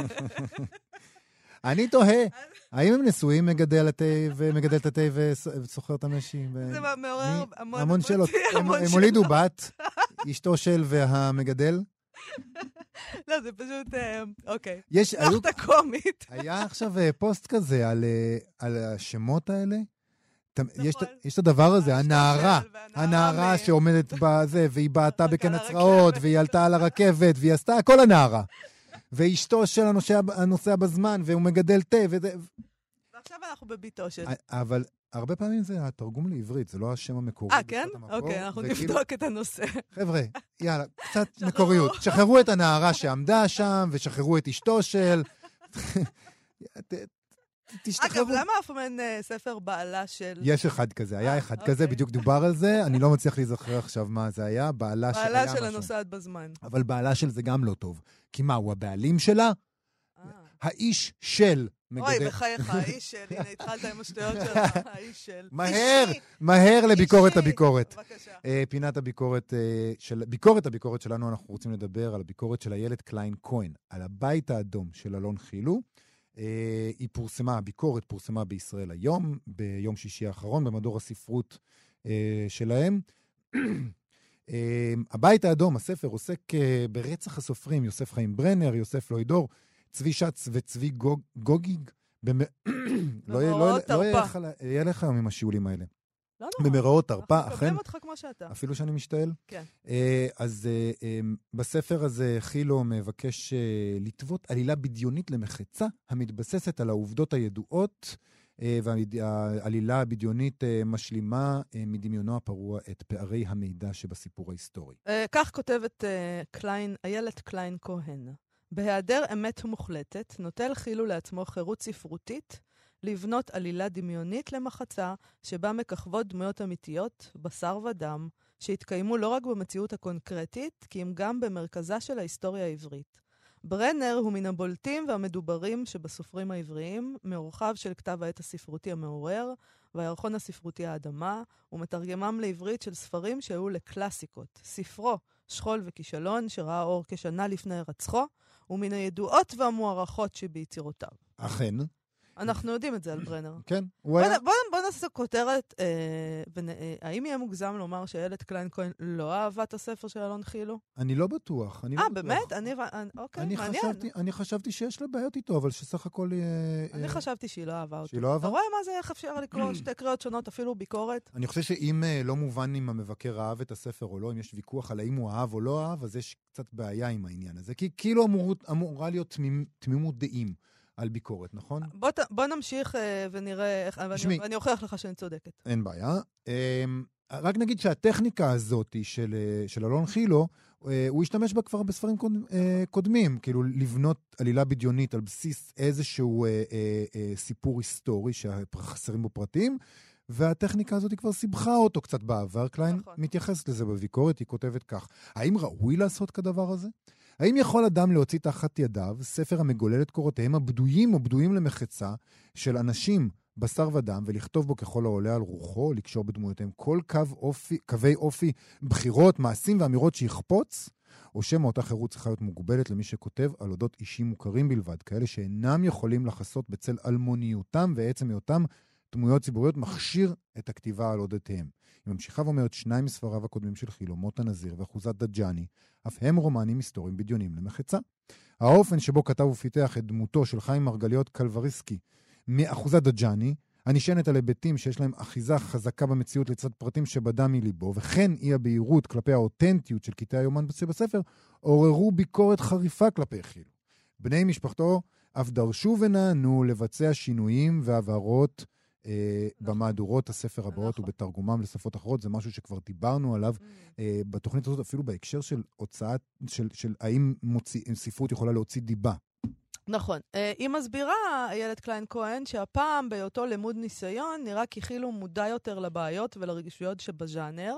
אני תוהה, האם הם נשואים מגדל התה ומגדל את התה וסוחר את המשי?
זה מעורר
המון שאלות. הם הולידו בת, אשתו של והמגדל?
לא, זה פשוט, אוקיי.
יש,
נחת קומית.
היה עכשיו פוסט כזה על השמות האלה. יש את הדבר הזה, הנערה, הנערה שעומדת בזה, והיא בעטה בכנס רעות, והיא עלתה על הרכבת, והיא עשתה הכל הנערה. ואשתו של הנוסע בזמן, והוא מגדל תה, וזה...
ועכשיו אנחנו בביתו של...
אבל הרבה פעמים זה התרגום לעברית, זה לא השם המקורי.
אה, כן? אוקיי, אנחנו נבדוק את הנושא.
חבר'ה, יאללה, קצת מקוריות. שחררו את הנערה שעמדה שם, ושחררו את אשתו של...
אגב, למה אף פעם ספר בעלה של...
יש אחד כזה, היה אחד כזה, בדיוק דובר על זה, אני לא מצליח להיזכר עכשיו מה זה היה, בעלה של...
בעלה של הנוסעת בזמן.
אבל בעלה של זה גם לא טוב. כי מה, הוא הבעלים שלה? האיש של...
אוי, בחייך, האיש של, הנה, התחלת עם השטויות שלה, האיש של...
מהר, מהר לביקורת הביקורת. בבקשה. פינת הביקורת, ביקורת הביקורת שלנו, אנחנו רוצים לדבר על הביקורת של איילת קליין כהן, על הבית האדום של אלון חילו. היא פורסמה, הביקורת פורסמה בישראל היום, ביום שישי האחרון, במדור הספרות שלהם. הבית האדום, הספר, עוסק ברצח הסופרים, יוסף חיים ברנר, יוסף לוידור, צבי שץ וצבי גוגיג, לא יהיה לך עם השיעולים האלה.
לא נורא.
במראות תרפה, אכן.
אנחנו מקבלים אותך כמו שאתה.
אפילו שאני משתעל?
כן.
אז בספר הזה חילו מבקש לטוות עלילה בדיונית למחצה, המתבססת על העובדות הידועות, והעלילה הבדיונית משלימה מדמיונו הפרוע את פערי המידע שבסיפור ההיסטורי.
כך כותבת איילת קליין כהן. בהיעדר אמת מוחלטת, נוטל חילו לעצמו חירות ספרותית לבנות עלילה דמיונית למחצה שבה מככבות דמויות אמיתיות, בשר ודם, שהתקיימו לא רק במציאות הקונקרטית, כי הם גם במרכזה של ההיסטוריה העברית. ברנר הוא מן הבולטים והמדוברים שבסופרים העבריים, מאורחיו של כתב העת הספרותי המעורר, והירחון הספרותי האדמה, ומתרגמם לעברית של ספרים שהיו לקלאסיקות. ספרו, שכול וכישלון, שראה אור כשנה לפני רצחו, ומן הידועות והמוערכות שביצירותיו.
אכן.
אנחנו יודעים את זה על ברנר.
כן.
בוא, בוא, בוא נעשה כותרת, אה, ונ, אה, האם יהיה מוגזם לומר שאיילת קליין כהן לא אהבה את הספר של אלון חילו?
אני לא בטוח.
אה, באמת? אני, אוקיי,
אני
מעניין.
חשבתי, אני חשבתי שיש לה בעיות איתו, אבל שסך הכל...
אני אה, חשבתי שהיא לא אהבה אותו.
שהיא לא אהבה?
אתה רואה מה זה, איך אפשר לקרוא שתי קריאות שונות, אפילו ביקורת?
אני חושב שאם אה, לא מובן אם המבקר אהב את הספר או לא, אם יש ויכוח על האם הוא אהב או לא אהב, אז יש קצת בעיה עם העניין הזה. כי כאילו אמור, אמורה להיות תמימ, תמימות דעים. על ביקורת, נכון?
בוא, בוא נמשיך uh, ונראה, ואני, ואני אוכיח לך שאני צודקת.
אין בעיה. Um, רק נגיד שהטכניקה הזאת של, של אלון חילו, uh, הוא השתמש בה כבר בספרים קוד, uh, קודמים, כאילו לבנות עלילה בדיונית על בסיס איזשהו uh, uh, uh, סיפור היסטורי שחסרים בו פרטים, והטכניקה הזאת כבר סיבכה אותו קצת בעבר. קליין נכון. מתייחס לזה בביקורת, היא כותבת כך, האם ראוי לעשות כדבר הזה? האם יכול אדם להוציא תחת ידיו ספר המגולל את קורותיהם הבדויים או בדויים למחצה של אנשים בשר ודם ולכתוב בו ככל העולה על רוחו, לקשור בדמויותיהם כל קו אופי, קווי אופי, בחירות, מעשים ואמירות שיחפוץ? או שמא אותה חירות צריכה להיות מוגבלת למי שכותב על אודות אישים מוכרים בלבד, כאלה שאינם יכולים לחסות בצל אלמוניותם ועצם היותם דמויות ציבוריות מכשיר את הכתיבה על אודותיהם. היא ממשיכה ואומרת שניים מספריו הקודמים של חילו, מות הנזיר ואחוזת דג'אני, אף הם רומנים היסטוריים בדיונים למחצה. האופן שבו כתב ופיתח את דמותו של חיים מרגליות קלבריסקי מאחוזת דג'אני, הנשענת על היבטים שיש להם אחיזה חזקה במציאות לצד פרטים שבדם מליבו, וכן אי הבהירות כלפי האותנטיות של קטעי היומן בספר, עוררו ביקורת חריפה כלפי חילו. בני משפחתו אף דרשו ונענו לבצע שינויים והבהרות אה, במהדורות הספר הבאות ובתרגומם לשפות אחרות. זה משהו שכבר דיברנו עליו אה, בתוכנית הזאת, אפילו בהקשר של הוצאת, של, של האם מוציא, ספרות יכולה להוציא דיבה.
נכון. היא מסבירה, איילת קליין כהן, שהפעם בהיותו לימוד ניסיון נראה כי חילו מודע יותר לבעיות ולרגישויות שבז'אנר,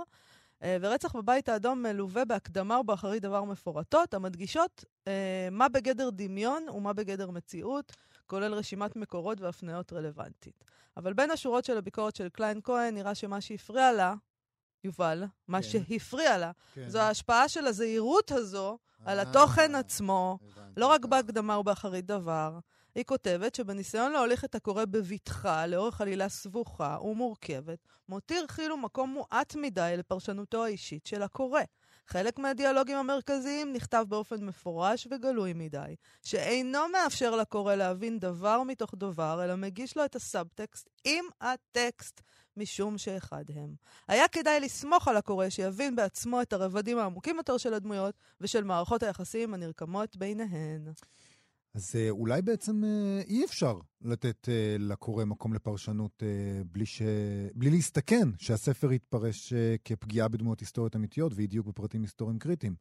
ורצח בבית האדום מלווה בהקדמה ובאחרית דבר מפורטות, המדגישות מה בגדר דמיון ומה בגדר מציאות, כולל רשימת מקורות והפניות רלוונטית. אבל בין השורות של הביקורת של קליין כהן נראה שמה שהפריע לה, יובל, מה כן. שהפריע לה, כן. זו ההשפעה של הזהירות הזו על התוכן עצמו, לא רק בהקדמה ובאחרית דבר. היא כותבת שבניסיון להוליך את הקורא בביטחה, לאורך עלילה סבוכה ומורכבת, מותיר חילו מקום מועט מדי לפרשנותו האישית של הקורא. חלק מהדיאלוגים המרכזיים נכתב באופן מפורש וגלוי מדי, שאינו מאפשר לקורא להבין דבר מתוך דבר, אלא מגיש לו את הסאבטקסט עם הטקסט, משום שאחד הם. היה כדאי לסמוך על הקורא שיבין בעצמו את הרבדים העמוקים יותר של הדמויות ושל מערכות היחסים הנרקמות ביניהן.
אז אולי בעצם אי אפשר לתת לקורא מקום לפרשנות בלי, ש... בלי להסתכן שהספר יתפרש כפגיעה בדמויות היסטוריות אמיתיות ואידיוק בפרטים היסטוריים קריטיים.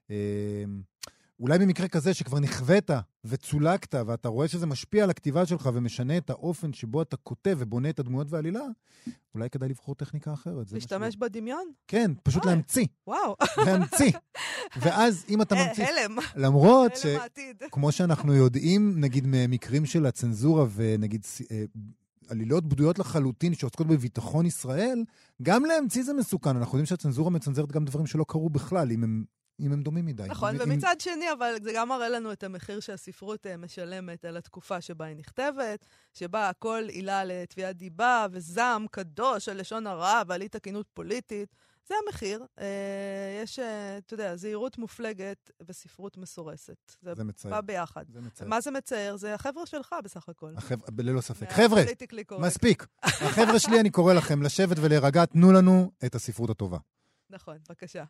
אולי במקרה כזה שכבר נכווית וצולקת ואתה רואה שזה משפיע על הכתיבה שלך ומשנה את האופן שבו אתה כותב ובונה את הדמויות והעלילה, אולי כדאי לבחור טכניקה אחרת.
להשתמש בדמיון?
כן, פשוט להמציא.
וואו.
להמציא. ואז אם אתה ממציא...
הלם.
למרות שכמו שאנחנו יודעים, נגיד ממקרים של הצנזורה ונגיד עלילות בדויות לחלוטין שעוסקות בביטחון ישראל, גם להמציא זה מסוכן. אנחנו יודעים שהצנזורה מצנזרת גם דברים שלא קרו בכלל, אם הם אם הם דומים מדי.
נכון, ומצד שני, אבל זה גם מראה לנו את המחיר שהספרות משלמת על התקופה שבה היא נכתבת, שבה הכל עילה לתביעת דיבה וזעם קדוש על לשון הרע ועל אי תקינות פוליטית. זה המחיר. יש, אתה יודע, זהירות מופלגת וספרות מסורסת.
זה מצער.
בא ביחד.
זה מצער.
מה זה מצער? זה החבר'ה שלך בסך הכל.
ללא ספק. חבר'ה, מספיק. החבר'ה שלי, אני קורא לכם לשבת ולהירגע, תנו לנו את הספרות הטובה.
נכון, בבקשה.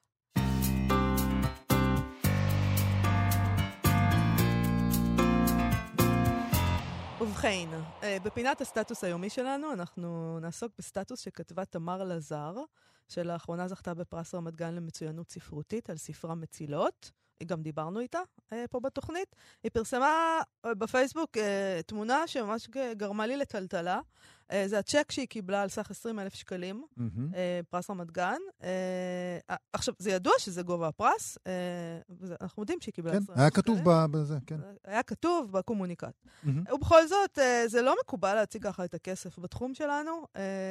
ובכן, בפינת הסטטוס היומי שלנו, אנחנו נעסוק בסטטוס שכתבה תמר לזר, שלאחרונה זכתה בפרס רמת גן למצוינות ספרותית על ספרה מצילות. גם דיברנו איתה פה בתוכנית. היא פרסמה בפייסבוק תמונה שממש גרמה לי לטלטלה. זה הצ'ק שהיא קיבלה על סך עשרים אלף שקלים, פרס רמת גן. עכשיו, זה ידוע שזה גובה הפרס, אנחנו יודעים שהיא קיבלה עשרים אלף שקלים.
כן, היה כתוב בזה, כן.
היה כתוב בקומוניקט. ובכל זאת, זה לא מקובל להציג ככה את הכסף בתחום שלנו,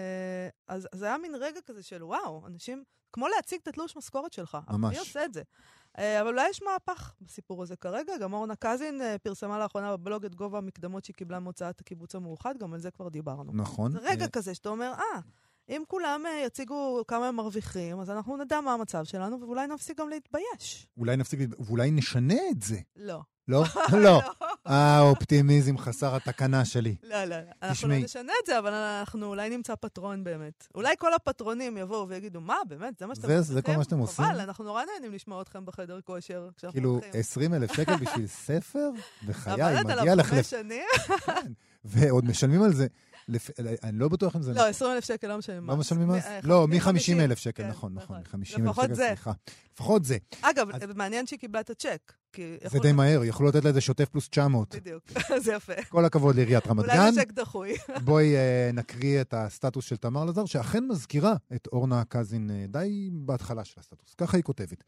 אז זה היה מין רגע כזה של וואו, אנשים, כמו להציג את התלוש משכורת שלך.
ממש.
מי עושה את זה? אבל אולי יש מהפך בסיפור הזה כרגע. גם אורנה קזין פרסמה לאחרונה בבלוג את גובה המקדמות שהיא קיבלה מהוצאת הקיבוץ המאוחד, גם על זה כבר דיברנו.
נכון.
זה רגע כזה שאתה אומר, אה, אם כולם יציגו כמה הם מרוויחים, אז אנחנו נדע מה המצב שלנו, ואולי נפסיק גם להתבייש.
אולי נפסיק, ואולי נשנה את זה.
לא.
לא? לא. האופטימיזם חסר התקנה שלי.
לא, לא. אנחנו לא נשנה את זה, אבל אנחנו אולי נמצא פטרון באמת. אולי כל הפטרונים יבואו ויגידו, מה, באמת, זה מה שאתם עושים?
זה כל מה שאתם עושים?
אבל אנחנו נורא נהנים לשמוע אתכם בחדר כושר.
כאילו, עשרים אלף שקל בשביל ספר? וחיי,
עבדת
מגיע
עליו
לך...
חמש שנים?
כן, ועוד משלמים על זה. אני לא בטוח אם זה...
לא, עשרים אלף שקל לא משלמים מס.
לא משלמים מס? לא, מ-חמישים אלף שקל, נכון, נכון.
לפחות זה.
לפחות זה.
אגב, מעניין שהיא קיבלה את הצ'ק.
זה די מהר, יכולו לתת לזה שוטף פלוס תשע מאות.
בדיוק, זה יפה.
כל הכבוד לעיריית רמת גן.
אולי זה צ'ק דחוי.
בואי נקריא את הסטטוס של תמר לזר, שאכן מזכירה את אורנה קזין די בהתחלה של הסטטוס. ככה היא כותבת.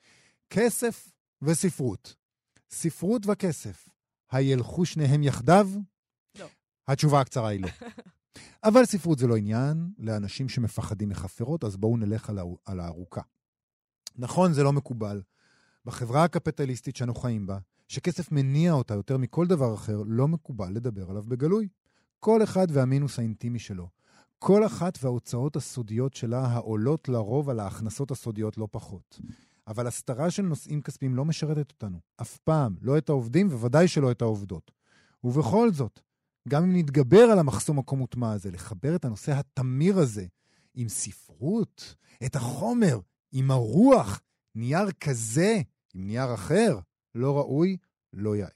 כסף וספרות. ספרות וכסף. הילכו שניהם יחדיו?
לא.
התשובה הקצרה היא לא. אבל ספרות זה לא עניין לאנשים שמפחדים מחפירות, אז בואו נלך על הארוכה. נכון, זה לא מקובל. בחברה הקפיטליסטית שאנו חיים בה, שכסף מניע אותה יותר מכל דבר אחר, לא מקובל לדבר עליו בגלוי. כל אחד והמינוס האינטימי שלו. כל אחת וההוצאות הסודיות שלה העולות לרוב על ההכנסות הסודיות לא פחות. אבל הסתרה של נושאים כספיים לא משרתת אותנו. אף פעם, לא את העובדים וודאי שלא את העובדות. ובכל זאת, גם אם נתגבר על המחסום הקומוטמה הזה, לחבר את הנושא התמיר הזה עם ספרות, את החומר, עם הרוח, נייר כזה, עם נייר אחר, לא ראוי, לא יאה.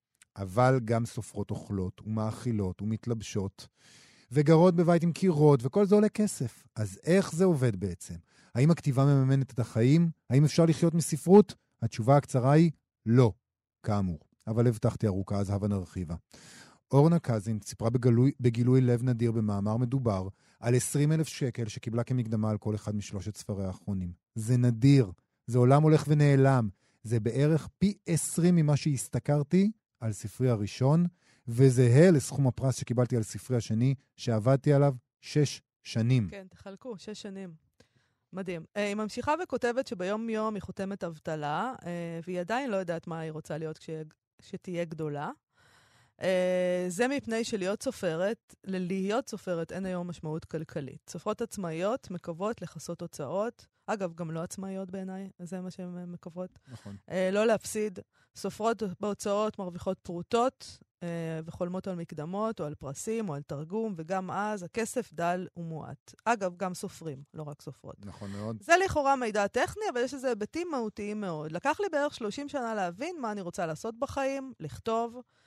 אבל גם סופרות אוכלות ומאכילות ומתלבשות, וגרות בבית עם קירות, וכל זה עולה כסף. אז איך זה עובד בעצם? האם הכתיבה מממנת את החיים? האם אפשר לחיות מספרות? התשובה הקצרה היא לא, כאמור. אבל הבטחתי ארוכה, אז הבה נרחיבה. אורנה קזין סיפרה בגלוי, בגילוי לב נדיר במאמר מדובר על עשרים אלף שקל שקיבלה כמקדמה על כל אחד משלושת ספרי האחרונים. זה נדיר, זה עולם הולך ונעלם, זה בערך פי עשרים ממה שהסתכרתי על ספרי הראשון, וזהה לסכום הפרס שקיבלתי על ספרי השני, שעבדתי עליו שש שנים.
כן, תחלקו, שש שנים. מדהים. היא ממשיכה וכותבת שביום יום היא חותמת אבטלה, והיא עדיין לא יודעת מה היא רוצה להיות כשתהיה גדולה. זה מפני שלהיות סופרת, ללהיות סופרת אין היום משמעות כלכלית. סופרות עצמאיות מקוות לחסות הוצאות, אגב, גם לא עצמאיות בעיניי, זה מה שהן מקוות.
נכון.
לא להפסיד. סופרות בהוצאות מרוויחות פרוטות, וחולמות על מקדמות, או על פרסים, או על תרגום, וגם אז הכסף דל ומועט. אגב, גם סופרים, לא רק סופרות.
נכון מאוד.
זה לכאורה מידע טכני, אבל יש לזה היבטים מהותיים מאוד. לקח לי בערך שלושים שנה להבין מה אני רוצה לעשות בחיים, לכתוב,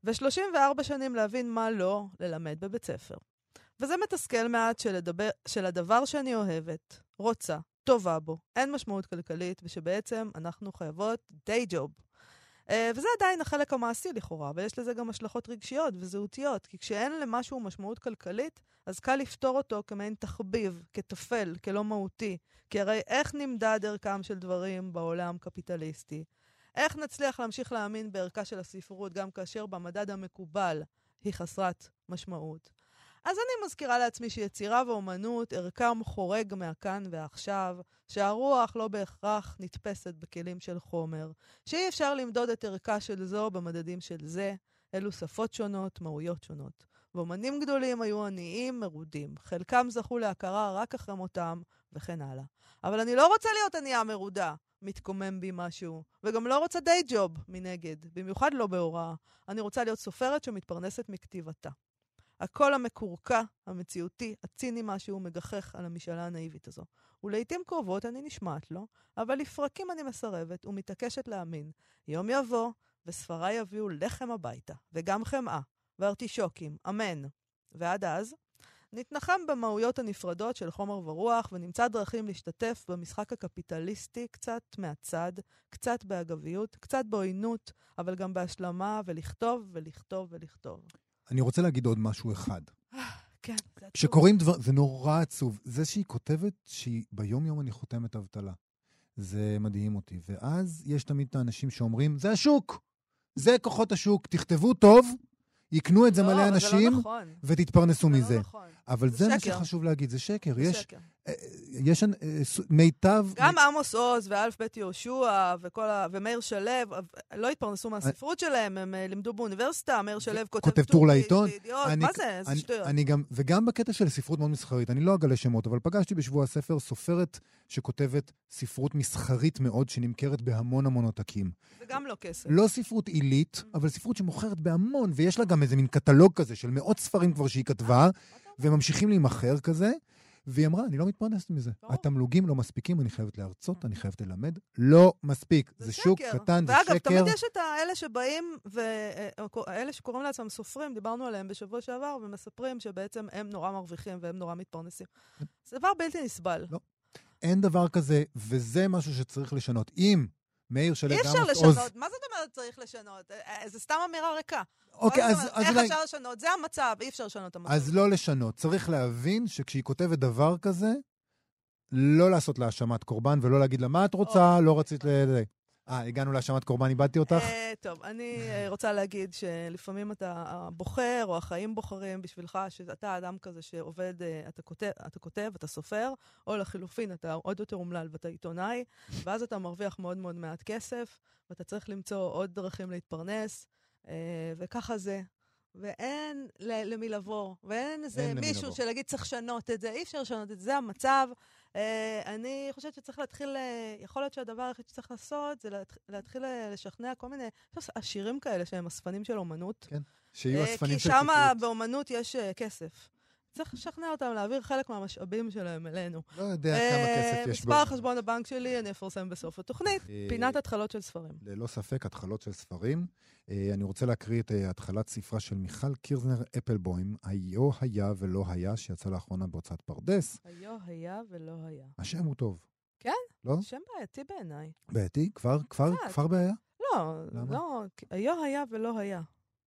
ו-שלושים וארבע שנים להבין מה לא ללמד בבית ספר. וזה מתסכל מעט שלדבר, שלדבר שאני אוהבת, רוצה, טובה בו, אין משמעות כלכלית, ושבעצם אנחנו חייבות די ג'וב. Uh, וזה עדיין החלק המעשי לכאורה, ויש לזה גם השלכות רגשיות וזהותיות, כי כשאין למשהו משמעות כלכלית, אז קל לפתור אותו כמעין תחביב, כתפל, כלא מהותי. כי הרי איך נמדד ערכם של דברים בעולם קפיטליסטי? איך נצליח להמשיך להאמין בערכה של הספרות, גם כאשר במדד המקובל היא חסרת משמעות? אז אני מזכירה לעצמי שיצירה ואומנות ערכם חורג מהכאן ועכשיו, שהרוח לא בהכרח נתפסת בכלים של חומר, שאי אפשר למדוד את ערכה של זו במדדים של זה, אלו שפות שונות, מהויות שונות. ואומנים גדולים היו עניים מרודים, חלקם זכו להכרה רק אחרי מותם וכן הלאה. אבל אני לא רוצה להיות ענייה מרודה, מתקומם בי משהו, וגם לא רוצה די ג'וב מנגד, במיוחד לא בהוראה. אני רוצה להיות סופרת שמתפרנסת מכתיבתה. הקול המקורקע, המציאותי, הציני משהו מגחך על המשאלה הנאיבית הזו. ולעיתים קרובות אני נשמעת לו, אבל לפרקים אני מסרבת ומתעקשת להאמין. יום יבוא, וספריי יביאו לחם הביתה, וגם חמאה, וארטישוקים, אמן. ועד אז, נתנחם במהויות הנפרדות של חומר ורוח, ונמצא דרכים להשתתף במשחק הקפיטליסטי קצת מהצד, קצת באגביות, קצת בעוינות, אבל גם בהשלמה, ולכתוב ולכתוב ולכתוב.
אני רוצה להגיד עוד משהו אחד.
כן, זה עצוב.
כשקוראים דבר, זה נורא עצוב. זה שהיא כותבת שביום יום אני חותמת אבטלה. זה מדהים אותי. ואז יש תמיד את האנשים שאומרים, זה השוק. זה כוחות השוק. תכתבו טוב, יקנו את זה מלא אנשים, ותתפרנסו מזה. אבל זה מה שחשוב להגיד, זה שקר. יש מיטב...
גם עמוס עוז ואלף בית יהושע ומאיר שלו, לא התפרנסו מהספרות שלהם, הם לימדו באוניברסיטה, מאיר שלו
כותב טור לעיתון.
מה זה? זה שטויות.
וגם בקטע של ספרות מאוד מסחרית, אני לא אגלה שמות, אבל פגשתי בשבוע הספר סופרת שכותבת ספרות מסחרית מאוד, שנמכרת בהמון המון עותקים.
זה גם לא כסף.
לא ספרות עילית, אבל ספרות שמוכרת בהמון, ויש לה גם איזה מין קטלוג כזה של מאות ספרים כבר שהיא כתבה, וממשיכים להימחר כזה, והיא אמרה, אני לא מתפרנסת מזה. התמלוגים לא מספיקים, אני חייבת להרצות, אני חייבת ללמד. לא מספיק. זה שוק קטן, זה שקר.
ואגב, תמיד יש את האלה שבאים, ואלה שקוראים לעצמם סופרים, דיברנו עליהם בשבוע שעבר, ומספרים שבעצם הם נורא מרוויחים, והם נורא מתפרנסים. זה דבר בלתי נסבל.
לא. אין דבר כזה, וזה משהו שצריך לשנות. אם מאיר שלו...
אי אפשר לשנות. מה זאת אומרת צריך לשנות? זה סתם אמירה ריקה.
אוקיי, אז...
איך אפשר לשנות? זה המצב, אי אפשר לשנות את המצב.
אז לא לשנות. צריך להבין שכשהיא כותבת דבר כזה, לא לעשות להאשמת קורבן, ולא להגיד לה, מה את רוצה? לא רצית ל... אה, הגענו להאשמת קורבן, איבדתי אותך?
טוב, אני רוצה להגיד שלפעמים אתה בוחר, או החיים בוחרים בשבילך, שאתה אדם כזה שעובד, אתה כותב, אתה סופר, או לחילופין, אתה עוד יותר אומלל, ואתה עיתונאי, ואז אתה מרוויח מאוד מאוד מעט כסף, ואתה צריך למצוא עוד דרכים להתפרנס, וככה זה. ואין למי לבוא, ואין איזה מישהו שלהגיד צריך לשנות את זה, אי אפשר לשנות את זה, זה המצב. אני חושבת שצריך להתחיל, יכול להיות שהדבר היחיד שצריך לעשות, זה להתחיל לשכנע כל מיני, השירים כאלה שהם אספנים של אומנות.
כן, שיהיו אספנים של
כי
ספרות.
שם באומנות יש כסף. צריך לשכנע אותם להעביר חלק מהמשאבים שלהם אלינו.
לא יודע כמה כסף יש בו.
מספר חשבון הבנק שלי, אני אפרסם בסוף התוכנית. פינת התחלות של ספרים.
ללא ספק, התחלות של ספרים. אני רוצה להקריא את התחלת ספרה של מיכל קירזנר אפלבוים, היו היה ולא היה, שיצא לאחרונה בהוצאת פרדס.
היו היה ולא היה.
השם הוא טוב.
כן?
לא?
שם בעייתי בעיניי.
בעייתי? כבר, כבר, כבר בעיה?
לא, לא. היו היה ולא היה.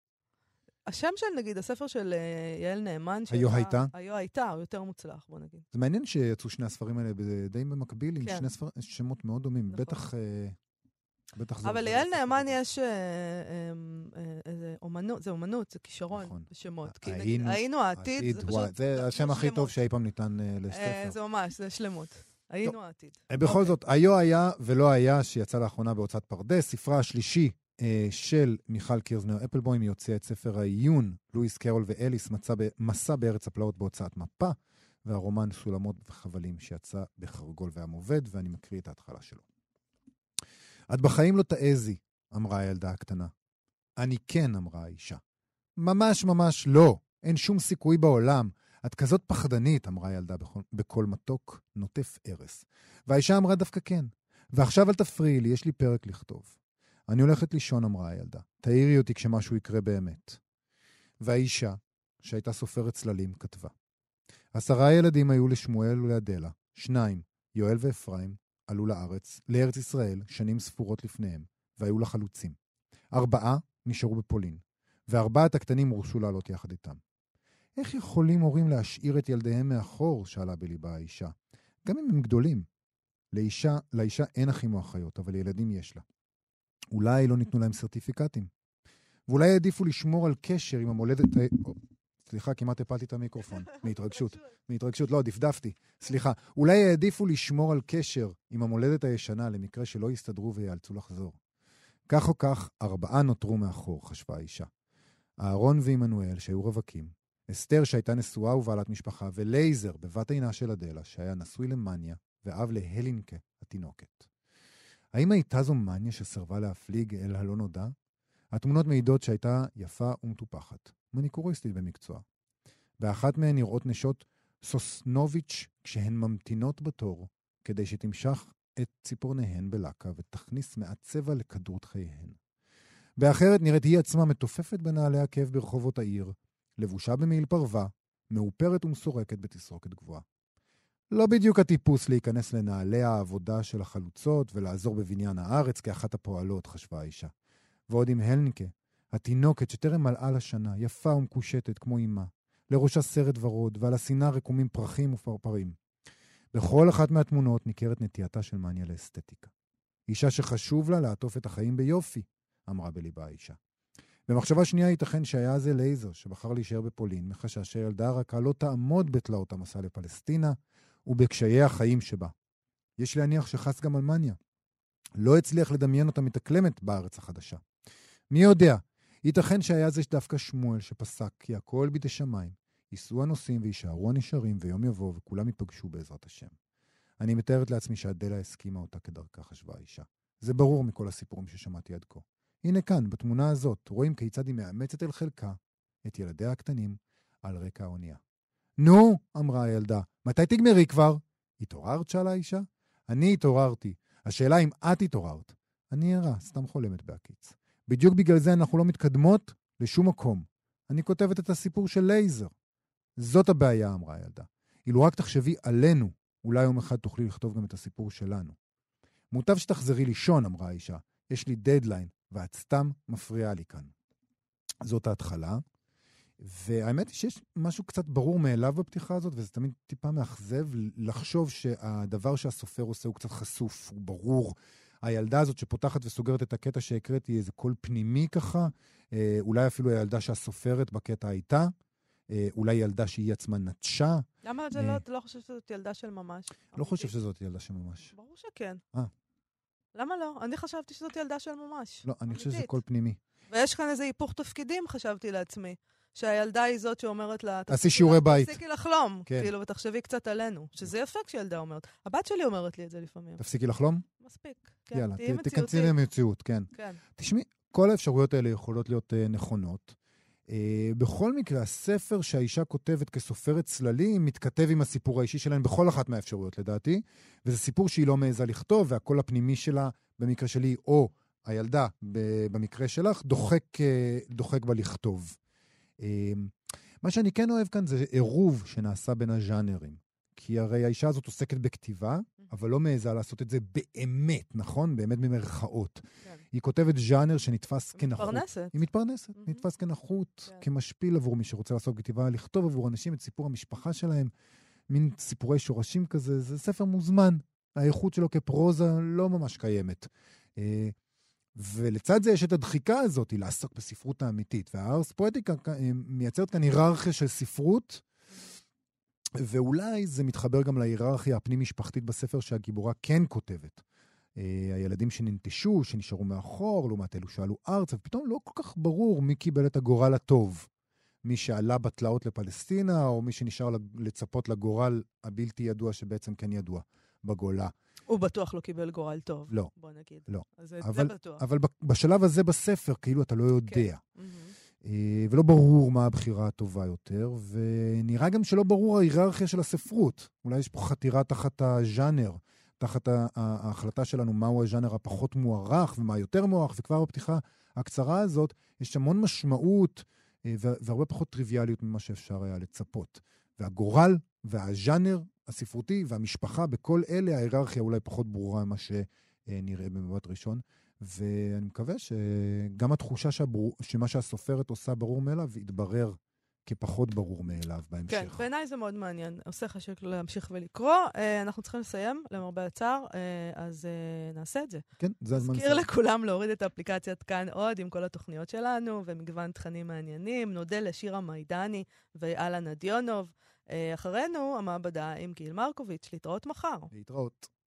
השם של, נגיד, הספר של uh, יעל נאמן,
היו הייתה?
היו הייתה, הוא יותר מוצלח, בוא נגיד.
זה מעניין שיצאו שני הספרים האלה די במקביל, כן. עם שני ספר, שמות מאוד דומים. נכון. בטח... Uh, בטח
אבל ליעל נאמן יש uh, um, uh, איזה אומנות, זה אומנות, זה כישרון, נכון. בשמות. כי
היינו,
נגיד, היינו העתיד,
העתיד,
זה
וואי,
פשוט...
זה השם הכי טוב שאי פעם ניתן uh, לספר.
Uh, זה ממש, זה שלמות. היינו העתיד.
בכל זאת, היו היה ולא היה, שיצא לאחרונה בהוצאת פרדס, ספרה השלישי, של מיכל קירזנר אפלבוים, היא הוציאה את ספר העיון, לואיס קרול ואליס, מסע בארץ הפלאות בהוצאת מפה, והרומן סולמות וחבלים שיצא בחרגול והמובד, ואני מקריא את ההתחלה שלו. את בחיים לא תעזי, אמרה הילדה הקטנה. אני כן, אמרה האישה. ממש ממש לא, אין שום סיכוי בעולם. את כזאת פחדנית, אמרה הילדה בכל, בכל מתוק, נוטף ארס. והאישה אמרה דווקא כן. ועכשיו אל תפריעי לי, יש לי פרק לכתוב. אני הולכת לישון, אמרה הילדה. תאירי אותי כשמשהו יקרה באמת. והאישה, שהייתה סופרת צללים, כתבה. עשרה ילדים היו לשמואל ולאדלה. שניים, יואל ואפרים, עלו לארץ, לארץ ישראל, שנים ספורות לפניהם, והיו לחלוצים. ארבעה נשארו בפולין, וארבעת הקטנים הורשו לעלות יחד איתם. איך יכולים הורים להשאיר את ילדיהם מאחור, שאלה בליבה האישה. גם אם הם גדולים. לאישה, לאישה אין אחים או אחיות, אבל ילדים יש לה. אולי לא ניתנו להם סרטיפיקטים. ואולי העדיפו לשמור על קשר עם המולדת... סליחה, כמעט הפלתי את המיקרופון. מהתרגשות. מהתרגשות, לא, דפדפתי. סליחה. אולי העדיפו לשמור על קשר עם המולדת הישנה למקרה שלא יסתדרו ויאלצו לחזור. כך או כך, ארבעה נותרו מאחור, חשבה האישה. אהרון ועמנואל, שהיו רווקים, אסתר שהייתה נשואה ובעלת משפחה, ולייזר בבת עינה של אדלה, שהיה נשוי למניה, ואב להלינקה, התינוקת. האם הייתה זו מניה שסרבה להפליג אל הלא נודע? התמונות מעידות שהייתה יפה ומטופחת, מניקוריסטית במקצוע. באחת מהן נראות נשות סוסנוביץ' כשהן ממתינות בתור, כדי שתמשך את ציפורניהן בלקה ותכניס מעט צבע לכדרות חייהן. באחרת נראית היא עצמה מתופפת בנעלי הכאב ברחובות העיר, לבושה במעיל פרווה, מאופרת ומסורקת בתסרוקת גבוהה. לא בדיוק הטיפוס להיכנס לנעלי העבודה של החלוצות ולעזור בבניין הארץ כאחת הפועלות, חשבה האישה. ועוד עם הלניקה, התינוקת שטרם מלאה לשנה, יפה ומקושטת כמו אמא, לראשה סרט ורוד ועל הסינה רקומים פרחים ופרפרים. בכל אחת מהתמונות ניכרת נטייתה של מניה לאסתטיקה. אישה שחשוב לה לעטוף את החיים ביופי, אמרה בליבה האישה. במחשבה שנייה ייתכן שהיה זה לייזר שבחר להישאר בפולין, מחשש שהילדה הרכה לא תעמוד בתלאות המסע לפלסטינה ובקשיי החיים שבה. יש להניח שחס גם על מניה. לא הצליח לדמיין אותה מתאקלמת בארץ החדשה. מי יודע, ייתכן שהיה זה דווקא שמואל שפסק כי הכל בידי שמיים, ייסעו הנוסעים וישארו הנשארים ויום יבוא וכולם ייפגשו בעזרת השם. אני מתארת לעצמי שאדלה הסכימה אותה כדרכה, חשבה האישה. זה ברור מכל הסיפורים ששמעתי עד כה. הנה כאן, בתמונה הזאת, רואים כיצד היא מאמצת אל חלקה את ילדיה הקטנים על רקע האונייה. נו, אמרה הילדה, מתי תגמרי כבר? התעוררת, שאלה האישה? אני התעוררתי. השאלה אם את התעוררת. אני ערה, סתם חולמת בהקיץ. בדיוק בגלל זה אנחנו לא מתקדמות לשום מקום. אני כותבת את הסיפור של לייזר. זאת הבעיה, אמרה הילדה. אילו רק תחשבי עלינו, אולי יום אחד תוכלי לכתוב גם את הסיפור שלנו. מוטב שתחזרי לישון, אמרה האישה. יש לי דדליין, ואת סתם מפריעה לי כאן. זאת ההתחלה. והאמת היא שיש משהו קצת ברור מאליו בפתיחה הזאת, וזה תמיד טיפה מאכזב לחשוב שהדבר שהסופר עושה הוא קצת חשוף, הוא ברור. הילדה הזאת שפותחת וסוגרת את הקטע שהקראתי, איזה קול פנימי ככה, אולי אפילו הילדה שהסופרת בקטע הייתה, אולי ילדה שהיא עצמה נטשה.
למה זה לא, אתה לא חושב שזאת ילדה של ממש?
לא חושב שזאת ילדה של ממש.
ברור שכן.
אה.
למה לא? אני חשבתי שזאת ילדה של ממש.
לא, אני חושב שזה קול פנימי.
ויש כאן איזה היפוך תפקידים, חשבתי לעצמי. שהילדה היא זאת שאומרת לה,
תעשי שיעורי בית.
תפסיקי לחלום,
כן.
כאילו, ותחשבי קצת עלינו. שזה יפה כשילדה אומרת. הבת שלי אומרת לי את זה לפעמים.
תפסיקי לחלום?
מספיק. כן,
יאללה,
תהיי מציאותית.
תכנסי למציאות, כן.
כן.
תשמעי, כל האפשרויות האלה יכולות להיות uh, נכונות. Uh, בכל מקרה, הספר שהאישה כותבת כסופרת צללים, מתכתב עם הסיפור האישי שלהן בכל אחת מהאפשרויות, לדעתי. וזה סיפור שהיא לא מעיזה לכתוב, והקול הפנימי שלה, במקרה שלי, או הילדה, במקרה שלך, דוחק, uh, דוחק בה לכתוב. Uh, מה שאני כן אוהב כאן זה עירוב שנעשה בין הז'אנרים. כי הרי האישה הזאת עוסקת בכתיבה, אבל לא מעיזה לעשות את זה באמת, נכון? באמת במרכאות. כן. היא כותבת ז'אנר שנתפס כנחות.
מתפרנסת.
היא מתפרנסת. Mm-hmm. נתפס כנחות, כן. כמשפיל עבור מי שרוצה לעשות בכתיבה, לכתוב עבור אנשים את סיפור המשפחה שלהם, מין סיפורי שורשים כזה, זה ספר מוזמן. האיכות שלו כפרוזה לא ממש קיימת. ולצד זה יש את הדחיקה הזאת, היא לעסוק בספרות האמיתית. והארס פואטיקה מייצרת כאן היררכיה של ספרות, ואולי זה מתחבר גם להיררכיה הפנים-משפחתית בספר שהגיבורה כן כותבת. הילדים שננטשו, שנשארו מאחור, לעומת אלו שעלו ארץ, ופתאום לא כל כך ברור מי קיבל את הגורל הטוב. מי שעלה בתלאות לפלסטינה, או מי שנשאר לצפות לגורל הבלתי ידוע שבעצם כן ידוע בגולה.
הוא בטוח לא קיבל גורל טוב.
לא.
בוא נגיד.
לא.
אז זה,
אבל,
זה בטוח.
אבל בשלב הזה בספר, כאילו אתה לא יודע.
כן.
ולא ברור מה הבחירה הטובה יותר, ונראה גם שלא ברור ההיררכיה של הספרות. אולי יש פה חתירה תחת הז'אנר. תחת ההחלטה שלנו מהו הז'אנר הפחות מוערך ומה יותר מוערך, וכבר בפתיחה הקצרה הזאת יש המון משמעות והרבה פחות טריוויאליות ממה שאפשר היה לצפות. והגורל והז'אנר הספרותי והמשפחה, בכל אלה ההיררכיה אולי פחות ברורה ממה שנראה במבט ראשון, ואני מקווה שגם התחושה שהברור, שמה שהסופרת עושה ברור מאליו, יתברר כפחות ברור מאליו בהמשך.
כן, בעיניי זה מאוד מעניין. עושה חשק להמשיך ולקרוא. אנחנו צריכים לסיים, למרבה הצער, אז נעשה את זה.
כן, זה הזמן.
נזכיר לכולם להוריד את האפליקציית כאן עוד עם כל התוכניות שלנו, ומגוון תכנים מעניינים. נודה לשירה מיידני ואלה נדיונוב. אחרינו, המעבדה עם גיל מרקוביץ'. להתראות מחר.
להתראות.